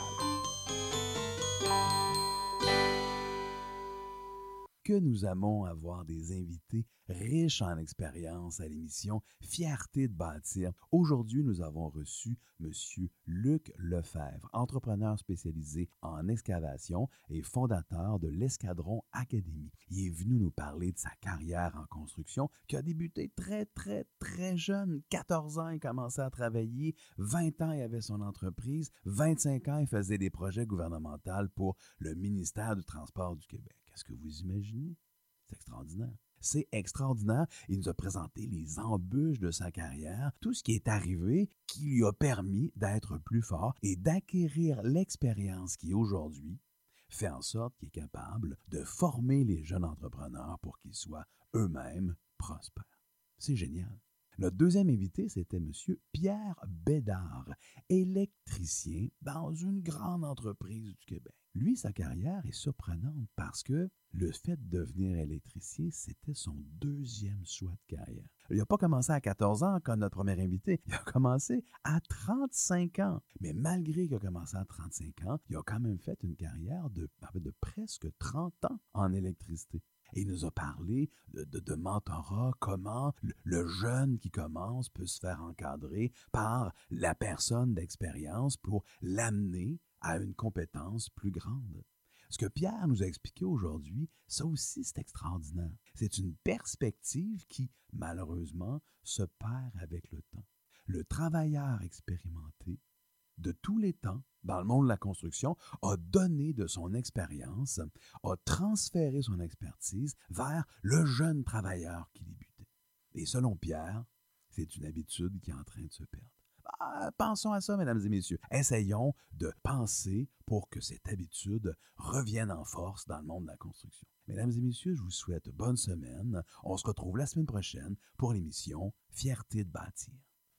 Que nous aimons avoir des invités riches en expérience à l'émission Fierté de bâtir. Aujourd'hui, nous avons reçu M. Luc Lefebvre, entrepreneur spécialisé en excavation et fondateur de l'Escadron Academy. Il est venu nous parler de sa carrière en construction qui a débuté très, très, très jeune. quatorze ans, il commençait à travailler. vingt ans, il avait son entreprise. vingt-cinq ans, il faisait des projets gouvernementaux pour le ministère du Transport du Québec. Est-ce que vous imaginez? C'est extraordinaire. C'est extraordinaire. Il nous a présenté les embûches de sa carrière, tout ce qui est arrivé qui lui a permis d'être plus fort et d'acquérir l'expérience qui, aujourd'hui, fait en sorte qu'il est capable de former les jeunes entrepreneurs pour qu'ils soient eux-mêmes prospères. C'est génial. Notre deuxième invité, c'était M. Pierre Bédard, électricien dans une grande entreprise du Québec. Lui, sa carrière est surprenante parce que le fait de devenir électricien, c'était son deuxième choix de carrière. Il n'a pas commencé à quatorze ans comme notre premier invité, il a commencé à trente-cinq ans. Mais malgré qu'il a commencé à trente-cinq ans, il a quand même fait une carrière de, de presque trente ans en électricité. Et il nous a parlé de, de, de mentorat, comment le, le jeune qui commence peut se faire encadrer par la personne d'expérience pour l'amener à une compétence plus grande. Ce que Pierre nous a expliqué aujourd'hui, ça aussi, c'est extraordinaire. C'est une perspective qui, malheureusement, se perd avec le temps. Le travailleur expérimenté de tous les temps, dans le monde de la construction, a donné de son expérience, a transféré son expertise vers le jeune travailleur qui débutait. Et selon Pierre, c'est une habitude qui est en train de se perdre. Ah, pensons à ça, mesdames et messieurs. Essayons de penser pour que cette habitude revienne en force dans le monde de la construction. Mesdames et messieurs, je vous souhaite bonne semaine. On se retrouve la semaine prochaine pour l'émission Fierté de bâtir.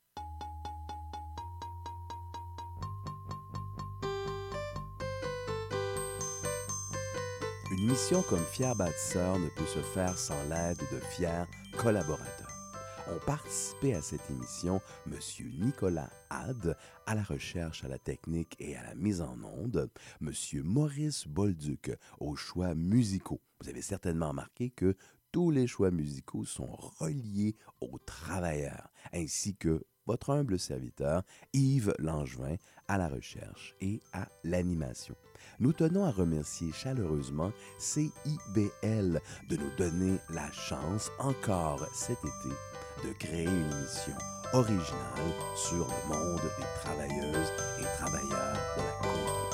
Une mission comme Fier bâtisseur ne peut se faire sans l'aide de fiers collaborateurs. Ont participé à cette émission M. Nicolas Hadd, à la recherche, à la technique et à la mise en onde, M. Maurice Bolduc, aux choix musicaux. Vous avez certainement remarqué que tous les choix musicaux sont reliés aux travailleurs, ainsi que votre humble serviteur, Yves Langevin, à la recherche et à l'animation. Nous tenons à remercier chaleureusement C I B L de nous donner la chance, encore cet été, de créer une émission originale sur le monde des travailleuses et travailleurs de la construction.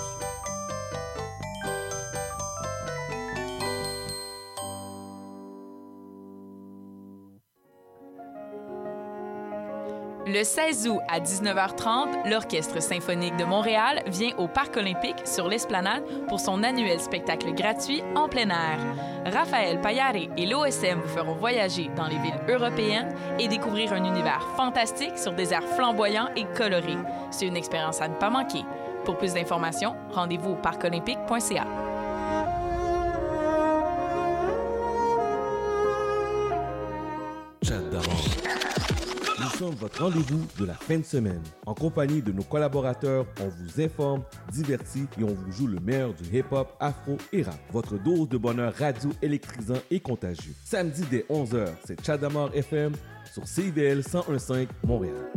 Le seize août à dix-neuf heures trente, l'Orchestre symphonique de Montréal vient au Parc olympique sur l'Esplanade pour son annuel spectacle gratuit en plein air. Raphaël Payare et l'O S M vous feront voyager dans les villes européennes et découvrir un univers fantastique sur des airs flamboyants et colorés. C'est une expérience à ne pas manquer. Pour plus d'informations, rendez-vous au parc olympique point c a. Chat d'avant. Nous sommes votre rendez-vous de la fin de semaine. En compagnie de nos collaborateurs, on vous informe, divertit et on vous joue le meilleur du hip-hop, afro et rap. Votre dose de bonheur radio électrisant et contagieux. Samedi dès onze heures, c'est Chadamar F M sur C I B L cent un virgule cinq Montréal.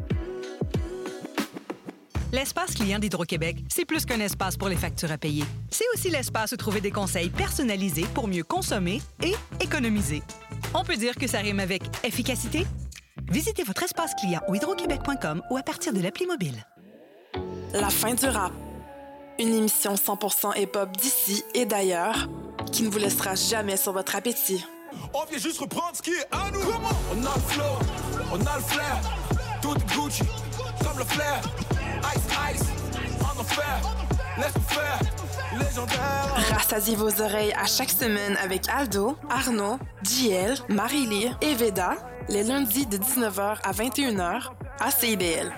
L'espace client d'Hydro-Québec, c'est plus qu'un espace pour les factures à payer. C'est aussi l'espace où trouver des conseils personnalisés pour mieux consommer et économiser. On peut dire que ça rime avec efficacité. Visitez votre espace client au hydro-québec point com ou à partir de l'appli mobile. La fin du rap. Une émission cent pour cent hip-hop d'ici et d'ailleurs qui ne vous laissera jamais sur votre appétit. On vient juste reprendre ce qui est à nous. Comment? On a le flow, on a le flair, tout est Gucci. comme le flair. Ice, ice, en enfer, laisse-nous faire, légendaire. Rassasiez vos oreilles à chaque semaine avec Aldo, Arnaud, J L, Marie-Ly et Veda, les lundis de dix-neuf heures à vingt et une heures à C I B L.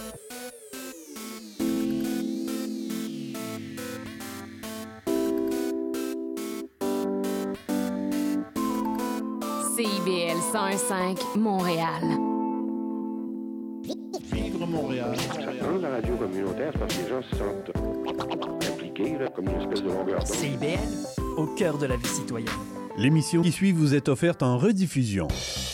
C I B L cent un virgule cinq, Montréal. Vivre Montréal. Dans la radio communautaire, c'est parce que les gens se sentent impliqués, là, comme une espèce de longueur d'onde. C I B L, au cœur de la vie citoyenne. L'émission qui suit vous est offerte en rediffusion.